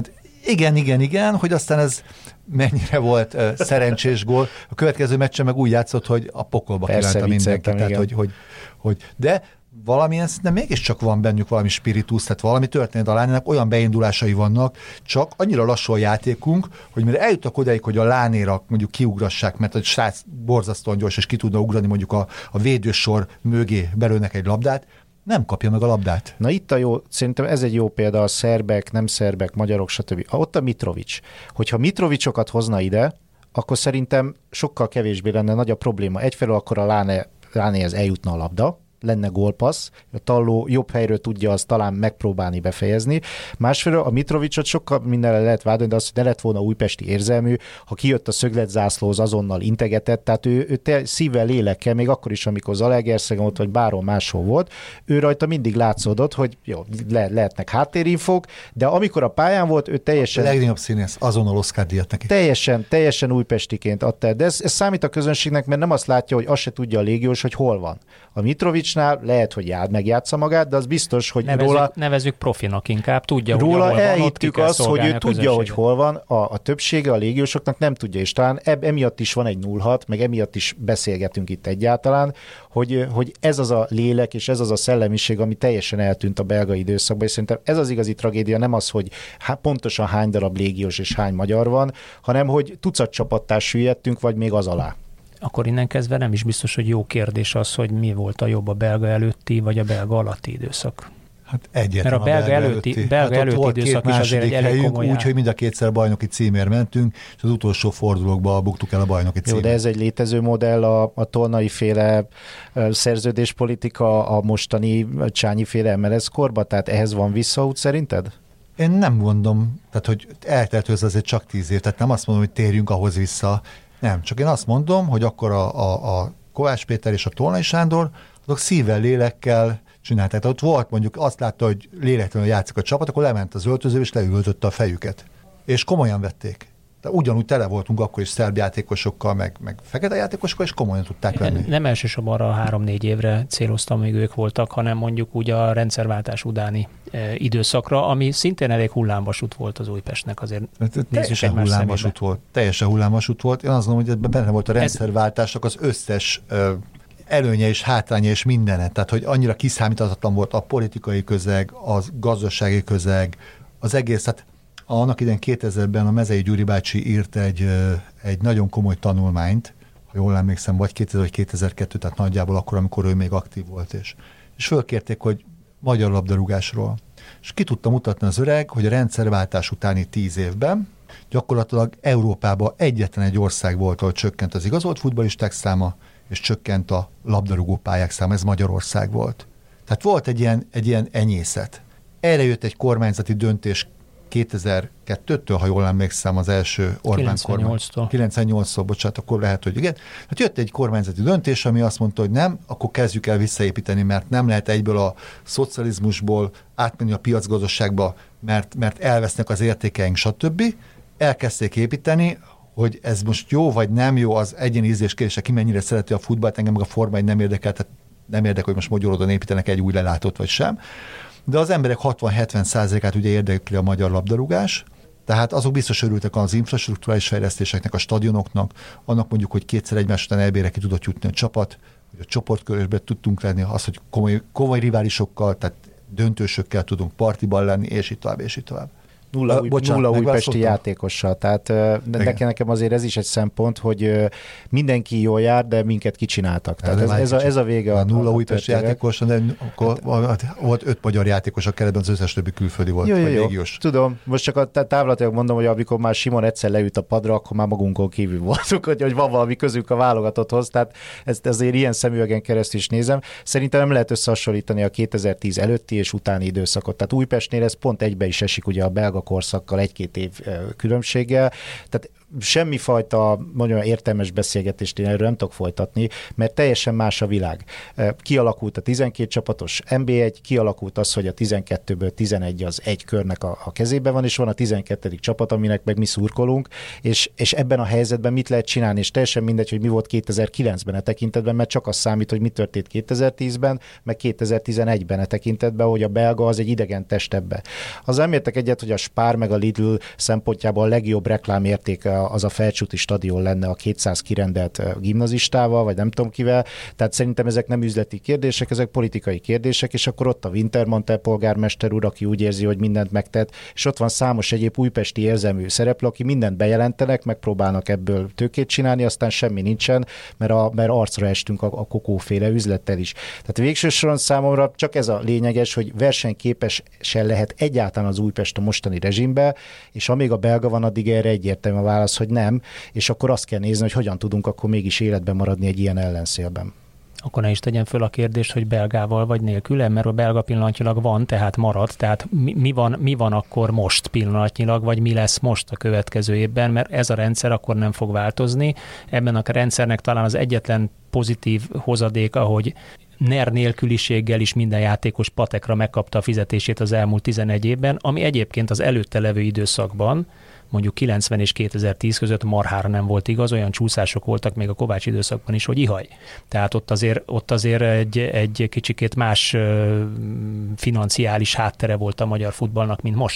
Speaker 3: Igen, hogy aztán ez mennyire volt szerencsés gól. A következő meccsen meg úgy játszott, hogy a pokolba kívánta mindenki. Tehát, hogy de valamilyen szinten mégiscsak van bennük valami spiritus, tehát valami történet a Lánének, olyan beindulásai vannak, csak annyira lassú a játékunk, hogy mire eljutok odáig, hogy a Lánéra mondjuk kiugrassák, mert a srác borzasztóan gyors, és ki tudna ugrani mondjuk a védősor mögé belőnek egy labdát, nem kapja meg a labdát.
Speaker 2: Na itt a jó, szerintem ez egy jó példa, a szerbek, nem szerbek, magyarok, stb. Ott a Mitrovic. Hogyha Mitrovicsokat hozna ide, akkor szerintem sokkal kevésbé lenne nagy a probléma. Egyfelől akkor a Lánéhez eljutna a labda, lenne gólpassz, a Talló jobb helyről tudja azt talán megpróbálni befejezni. Másfelől a Mitrovicot sokkal mindenre lehet vádolni, de az, hogy ne lett volna újpesti érzelmű, ha kijött a szögletzászlóhoz, azonnal integetett, tehát ő szívvel, lélekkel, még akkor is, amikor Zalaegerszegen ott vagy bárhol máshol volt, ő rajta mindig látszódott, hogy jó, lehetnek háttérinfók, de amikor a pályán volt, ő teljesen...
Speaker 3: A legnagyobb színész, azonnal Oscar-díjat neki.
Speaker 2: Teljesen újpestiként adta, de ez számít a közönségnek, mert nem azt látja, hogy azt se tudja a légiós, hogy hol van. A Mitrovicsnál lehet, hogy megjátsza magát, de az biztos, hogy
Speaker 1: nevezzük profinak inkább, tudja,
Speaker 2: róla
Speaker 1: hogy
Speaker 2: elhittük azt, hogy ő tudja, hogy hol van, a többsége a légiósoknak nem tudja, és talán emiatt is van egy 0-6, meg emiatt is beszélgetünk itt egyáltalán, hogy ez az a lélek, és ez az a szellemiség, ami teljesen eltűnt a belga időszakban, és szerintem ez az igazi tragédia, nem az, hogy pontosan hány darab légiós és hány magyar van, hanem hogy tucat csapattá süllyedtünk, vagy még az alá.
Speaker 1: Akkor innen kezdve nem is biztos, hogy jó kérdés az, hogy mi volt a jobb, a belga előtti vagy a belga alatti időszak.
Speaker 3: Hát egyetlen
Speaker 1: a belga előtti időszak is azért egy elég komoly.
Speaker 3: Úgyhogy mind a kétszer bajnoki címért mentünk, és az utolsó fordulókba buktuk el a bajnoki címért.
Speaker 2: Jó, de ez egy létező modell, a Tolnai féle szerződéspolitika, a mostani Csányi féle MLS-korba, tehát ehhez van visszaút szerinted?
Speaker 3: Én nem mondom, tehát hogy eltelt ez azért csak 10 év, tehát nem azt mondom, hogy térjünk ahhoz vissza. Nem, csak én azt mondom, hogy akkor a Kovács Péter és a Tolnai Sándor, azok szívvel, lélekkel csinálták. Tehát ott volt mondjuk, azt látta, hogy lélektelenül játszik a csapat, akkor lement az öltöző, és leültötte a fejüket. És komolyan vették. Tehát ugyanúgy tele voltunk akkor is szerb játékosokkal, meg fekete játékosokkal, és komolyan tudták venni.
Speaker 1: Nem elsősorban arra 3-4 évre céloztam, amíg ők voltak, hanem mondjuk úgy a rendszerváltás utáni időszakra, ami szintén elég hullámvasút volt az Újpestnek, azért
Speaker 3: teljesen hullámvasút volt. Én azt mondom, hogy ebben benne volt a rendszerváltásnak az összes előnye és hátránya és mindenet. Tehát, hogy annyira kiszámíthatatlan volt a politikai közeg, az gazdasági közeg, az egész. Hát annak idején 2000-ben a Mezei Gyuri bácsi írt egy nagyon komoly tanulmányt, ha jól emlékszem, vagy 2000 vagy 2002, tehát nagyjából akkor, amikor ő még aktív volt. És fölkérték, hogy magyar labdarúgásról. És ki tudta mutatni az öreg, hogy a rendszerváltás utáni 10 évben gyakorlatilag Európában egyetlen egy ország volt, ahol csökkent az igazolt futballisták száma, és csökkent a labdarúgó pályák száma, ez Magyarország volt. Tehát volt egy ilyen enyészet. Erre jött egy kormányzati döntés 2002-től, ha jól emlékszem, az első Orbán kormány. 98-tól, bocsánat, akkor lehet, hogy igen. Hát jött egy kormányzati döntés, ami azt mondta, hogy nem, akkor kezdjük el visszaépíteni, mert nem lehet egyből a szocializmusból átmenni a piacgazdaságba, mert elvesznek az értékeink, stb. Elkezdték építeni, hogy ez most jó vagy nem jó, az egyéni ízlés kérdése, ki mennyire szereti a futballt, engem meg a Forma 1 nem érdekel, tehát nem érdekel, hogy most Magyarországon építenek egy új lelátót vagy sem. De az emberek 60-70%-át ugye érdekli a magyar labdarúgás, tehát azok biztos örültek az infrastruktúrális fejlesztéseknek, a stadionoknak, annak mondjuk, hogy kétszer egymás után EB-re ki tudott jutni a csapat, hogy a csoportkörösbe tudtunk lenni, az, hogy komoly riválisokkal, tehát döntősökkel tudunk partiban lenni, és így tovább, és így tovább.
Speaker 2: Nulla újpesti játékossal, tehát nekem azért ez is egy szempont, hogy mindenki jól jár, de minket kicsináltak. Tehát ez a vége
Speaker 3: a nulla újpesti játékossal, de akkor volt 5 magyar játékos a keretben, az összes többi külföldi volt.
Speaker 2: Jó. Tudom, most csak a távlatilag mondom, hogy amikor már Simon egyszer leült a padra, akkor már magunkon kívül voltunk, hogy van valami közünk a válogatotthoz, tehát ezt azért ilyen szemüvegen keresztül is nézem. Szerintem nem lehet összehasonlítani a 2010 előtti és utáni időszakot. Tehát Újpestnél ez pont egybe is esik ugye a belga korszakkal 1-2 év különbséggel. Tehát semmifajta nagyon értelmes beszélgetést én erről nem tudok folytatni, mert teljesen más a világ. Kialakult a 12 csapatos NB1, kialakult az, hogy a 12-ből 11 az egy körnek a kezében van, és van a 12. csapat, aminek meg mi szurkolunk, és ebben a helyzetben mit lehet csinálni, és teljesen mindegy, hogy mi volt 2009-ben a tekintetben, mert csak az számít, hogy mi történt 2010-ben, meg 2011-ben a tekintetben, hogy a belga az egy idegen test ebbe. Az nem értek egyet, hogy a Spar meg a Lidl szempontjából a legjobb reklámérték az a Felcsúti stadion lenne a 200 kirendelt gimnazistával, vagy nem tudom kivel. Tehát szerintem ezek nem üzleti kérdések, ezek politikai kérdések, és akkor ott a Wintermantel polgármester úr, aki úgy érzi, hogy mindent megtett, és ott van számos egyéb újpesti érzelmű szereplő, aki mindent bejelentenek, megpróbálnak ebből tőkét csinálni, aztán semmi nincsen, mert arcra estünk a kokóféle üzlettel is. Tehát végső soron számomra csak ez a lényeges, hogy versenyképesen lehet egyáltalán az Újpest a mostani rezsimbe, és amíg a belga van, addig erre egyértelmű a válasz, hogy nem, és akkor azt kell nézni, hogy hogyan tudunk akkor mégis életben maradni egy ilyen ellenszélben.
Speaker 1: Akkor ne is tegyen föl a kérdést, hogy belgával vagy nélküle, mert a belga pillanatnyilag van, tehát marad, tehát mi van akkor most pillanatnyilag, vagy mi lesz most a következő évben, mert ez a rendszer akkor nem fog változni. Ebben a rendszernek talán az egyetlen pozitív hozadéka, hogy NER nélküliséggel is minden játékos patekra megkapta a fizetését az elmúlt 11 évben, ami egyébként az előtte levő időszakban, mondjuk 90 és 2010 között marhára nem volt igaz, olyan csúszások voltak még a Kovács időszakban is, hogy ihaj. Tehát ott azért egy kicsikét más financiális háttere volt a magyar futballnak, mint most.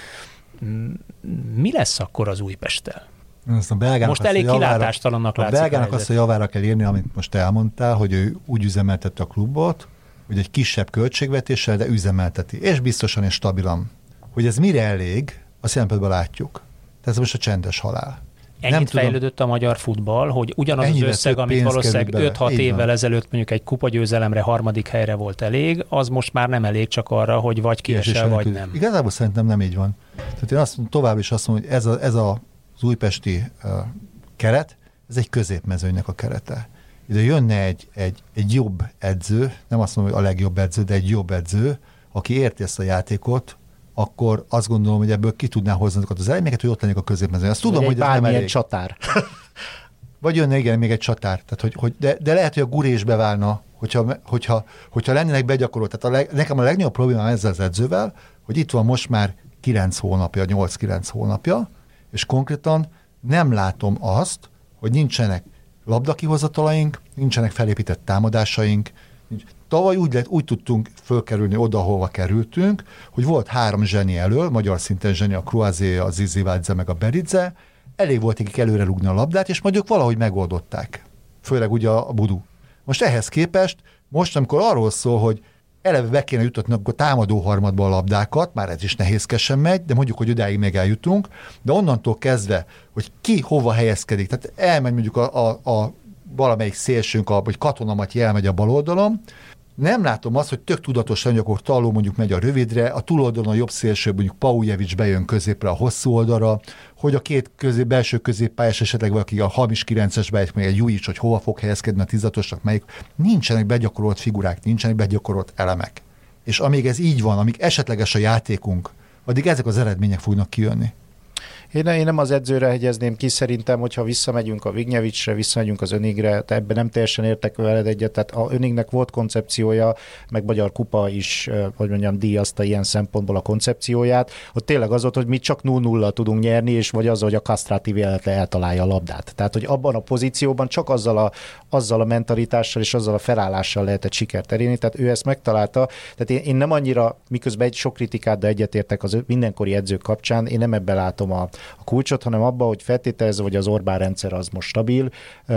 Speaker 1: Mi lesz akkor az Újpesttel? Most elég kilátástalannak látszik.
Speaker 3: A belgának azt a javára kell írni, amit most elmondtál, hogy ő úgy üzemeltette a klubot, hogy egy kisebb költségvetéssel, de üzemelteti, és biztosan és stabilan. Hogy ez mire elég, azt jelen pillanatban látjuk. Tehát ez most a csendes halál.
Speaker 1: Ennyit fejlődött a magyar futball, hogy ugyanaz az összeg, amit valószínűleg 5-6 évvel ezelőtt mondjuk egy kupagyőzelemre, harmadik helyre volt elég, az most már nem elég csak arra, hogy vagy kiesel, vagy nem.
Speaker 3: Igazából szerintem nem így van. Tehát én tovább is azt mondom, hogy ez az újpesti keret, ez egy középmezőnynek a kerete. Ide jönne egy jobb edző, nem azt mondom, hogy a legjobb edző, de egy jobb edző, aki érti ezt a játékot, akkor azt gondolom, hogy ebből ki tudná hozni azokat az eredményeket, hogy ott lennék a középmezőn. Azt tudom, hogy ez nem elég.
Speaker 2: Csatár.
Speaker 3: Vagy jönne, igen, még egy csatár. Tehát, de lehet, hogy a Guri is beválna, hogyha lennének begyakorolt. Tehát nekem a legnagyobb problémám ezzel az edzővel, hogy itt van most már 8-9 hónapja, és konkrétan nem látom azt, hogy nincsenek labdakihozatalaink, nincsenek felépített támadásaink. Tavaly úgy tudtunk fölkerülni oda, ahova kerültünk, hogy volt 3 zseni elől, magyar szinten zseni, a Kruazé, a Zizivádze, meg a Beridze, elég volt nekik előre rúgni a labdát, és majd ők valahogy megoldották. Főleg ugye a Budu. Most ehhez képest, amikor arról szól, hogy eleve be kéne jutatni a támadó harmadba a labdákat, már ez is nehézkesen megy, de mondjuk, hogy odáig még eljutunk, de onnantól kezdve, hogy ki hova helyezkedik, tehát elmegy mondjuk a valamelyik szélsőnk, vagy Katonamatyi elmegy a bal oldalon, nem látom azt, hogy tök tudatosan, hogy akkor Talló mondjuk megy a rövidre, a túloldalon a jobb szélső, mondjuk Paujevics bejön középre a hosszú oldalra, hogy a két belső középpályás esetleg valaki a hamis 9-es bejött, még egy Jujic, hogy hova fog helyezkedni a 16-osnak, melyik. Nincsenek begyakorolt figurák, nincsenek begyakorolt elemek. És amíg ez így van, amíg esetleges a játékunk, addig ezek az eredmények fognak kijönni.
Speaker 2: Én nem az edzőre hegyezném ki, szerintem, hogyha visszamegyünk a Vignyevicsre, visszamegyünk az Önigre, ebben nem teljesen értek veled egyet, tehát a Önignek volt koncepciója, meg Magyar Kupa is, hogy mondjam, díjazta ilyen szempontból a koncepcióját. Ott tényleg az volt, hogy mi csak 0-0 tudunk nyerni, és vagy azzal, hogy a Castrati véletlen eltalálja a labdát. Tehát, hogy abban a pozícióban csak azzal a mentalitással és azzal a felállással lehetett sikert elérni, tehát ő ezt megtalálta. Tehát én nem annyira, miközben egy sok kritikát, de egyetértek az mindenkori edzők kapcsán, én nem ebben látom a kulcsot, hanem abban, hogy feltételezve, hogy az Orbán rendszer az most stabil,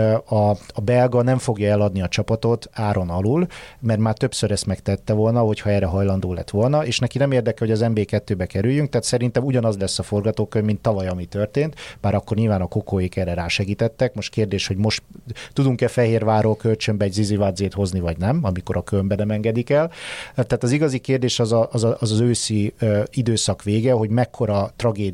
Speaker 2: a belga nem fogja eladni a csapatot áron alul, mert már többször ezt megtette volna, hogyha erre hajlandó lett volna, és neki nem érdekel, hogy az MB2-be kerüljünk, tehát szerintem ugyanaz lesz a forgatókönyv, mint tavaly, ami történt, bár akkor nyilván a kokóik erre rásegítettek. Most kérdés, hogy most tudunk-e Fehérvárról kölcsönbe egy Zizivádzét hozni, vagy nem, amikor a Kölnbe nem engedik el. Tehát az igazi kérdés az őszi időszak vége, hogy mekkora tragédia lesz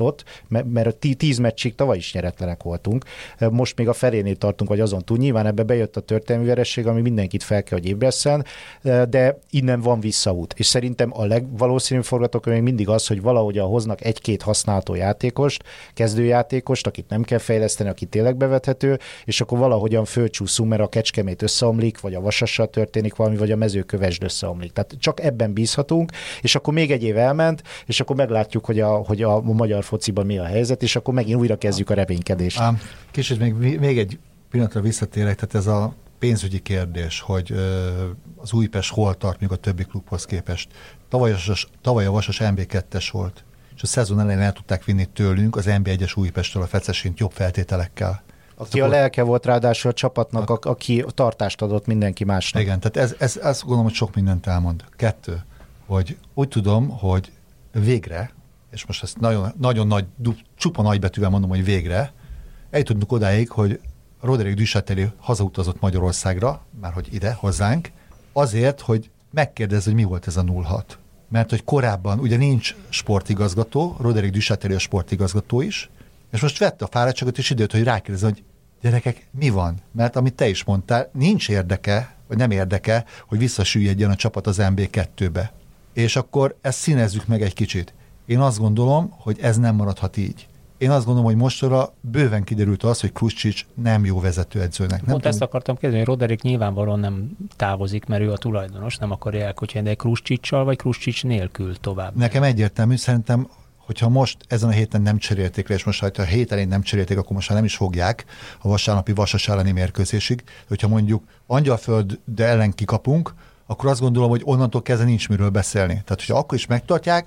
Speaker 2: ott, mert a 10 meccsig tavaly is nyeretlenek voltunk. Most még a felénél tartunk, vagy azon túl. Nyilván ebbe bejött a történelmi veresség, ami mindenkit fel kell, hogy ébresszen, de innen van visszaút. És szerintem a legvalószínűbb forgatókönyv mindig az, hogy valahogyan hoznak egy-két használható játékost, kezdőjátékost, akit nem kell fejleszteni, aki tényleg bevethető, és akkor valahogyan fölcsúszunk, mert a Kecskemét összeomlik, vagy a Vasassal történik valami, vagy a Mezőkövesd összeomlik. Tehát csak ebben bízhatunk, és akkor még egy év elment, és akkor meglátjuk, hogy a magyar fociban mi a helyzet, és akkor megint újra kezdjük a reménykedést.
Speaker 3: Kicsit még egy pillanatra visszatérek, tehát ez a pénzügyi kérdés, hogy az Újpest hol tart még a többi klubhoz képest. Tavaly a Vasas NB2-es volt, és a szezon elején el tudták vinni tőlünk az NB1-es Újpesttől a Fecesint jobb feltételekkel.
Speaker 2: Aki a lelke volt ráadásul a csapatnak, aki tartást adott mindenki másnak.
Speaker 3: Igen, tehát ez gondolom, hogy sok mindent elmond. 2, hogy úgy tudom, hogy végre, és most ezt nagyon nagy, csupa nagybetűvel mondom, hogy végre, eljutottunk odáig, hogy Roderick Duchâtelet hazautazott Magyarországra, már hogy ide, hozzánk, azért, hogy megkérdezze, hogy mi volt ez a 06. Mert hogy korábban ugye nincs sportigazgató, Roderick Duchâtelet a sportigazgató is, és most vette a fáradtságot és időt, hogy rákérdezze, hogy gyerekek, mi van? Mert amit te is mondtál, nincs érdeke, vagy nem érdeke, hogy visszasüllyedjen a csapat az NB2-be. És akkor ezt színezzük meg egy kicsit. Én azt gondolom, hogy ez nem maradhat így. Én azt gondolom, hogy mostanra bőven kiderült az, hogy Kruszcsics nem jó vezetőedzőnek.
Speaker 1: Pont ezt akartam kérdezni, hogy Roderick nyilvánvalóan nem távozik, mert ő a tulajdonos, nem akarja elkotyolni, de Kruszcsicsal vagy Kruszcsics nélkül tovább.
Speaker 3: Nekem egyértelmű, szerintem, hogyha most ezen a héten nem cserélték le, és most ha a hét elején nem cserélték, akkor most már nem is fogják a vasárnapi Vasas elleni mérkőzésig. Hogyha mondjuk Angyalföld de ellen kikapunk, akkor azt gondolom, hogy onnantól kezdve nincs miről beszélni. Tehát, hogyha akkor is megtartják,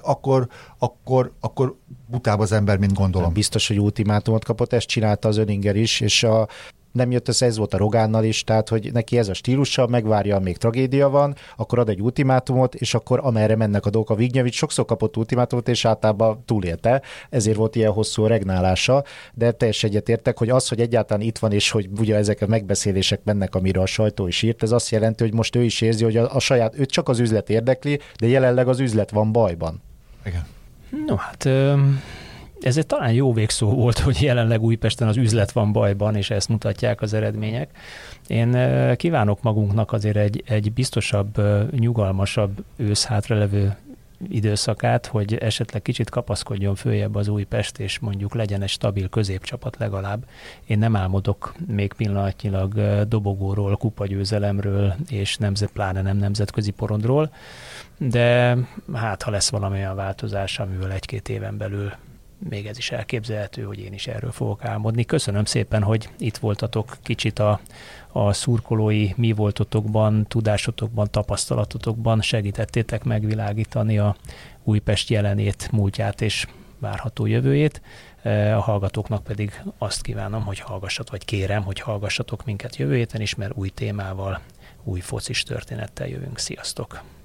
Speaker 3: akkor butább az ember, mint gondolom.
Speaker 2: Biztos, hogy ultimátumot kapott, ezt csinálta az Öninger is, és nem jött össze, ez volt a Rogánnal is, tehát, hogy neki ez a stílusa, megvárja, még tragédia van, akkor ad egy ultimátumot, és akkor amerre mennek a dolgok. A Vignyevics sokszor kapott ultimátumot, és általában túlélte, ezért volt ilyen hosszú a regnálása, de teljesen egyetértek, hogy az, hogy egyáltalán itt van, és hogy ugye ezek a megbeszélések mennek, amire a sajtó is írt, ez azt jelenti, hogy most ő is érzi, hogy a saját, őt csak az üzlet érdekli, de jelenleg az üzlet van bajban.
Speaker 3: Igen.
Speaker 1: No, hát ez egy talán jó végszó volt, hogy jelenleg Újpesten az üzlet van bajban, és ezt mutatják az eredmények. Én kívánok magunknak azért egy biztosabb, nyugalmasabb ősz hátralevő időszakát, hogy esetleg kicsit kapaszkodjon följebb az Újpest, és mondjuk legyen egy stabil középcsapat legalább. Én nem álmodok még pillanatnyilag dobogóról, kupagyőzelemről, és pláne nem nemzetközi porondról, de hát ha lesz valamilyen változás, amivel 1-2 éven belül még ez is elképzelhető, hogy én is erről fogok álmodni. Köszönöm szépen, hogy itt voltatok kicsit a szurkolói mi voltotokban, tudásotokban, tapasztalatotokban, segítettétek megvilágítani a Újpest jelenét, múltját és várható jövőjét. A hallgatóknak pedig azt kívánom, hogy hallgassatok, vagy kérem, hogy hallgassatok minket jövő héten is, mert új témával, új focis történettel jövünk. Sziasztok!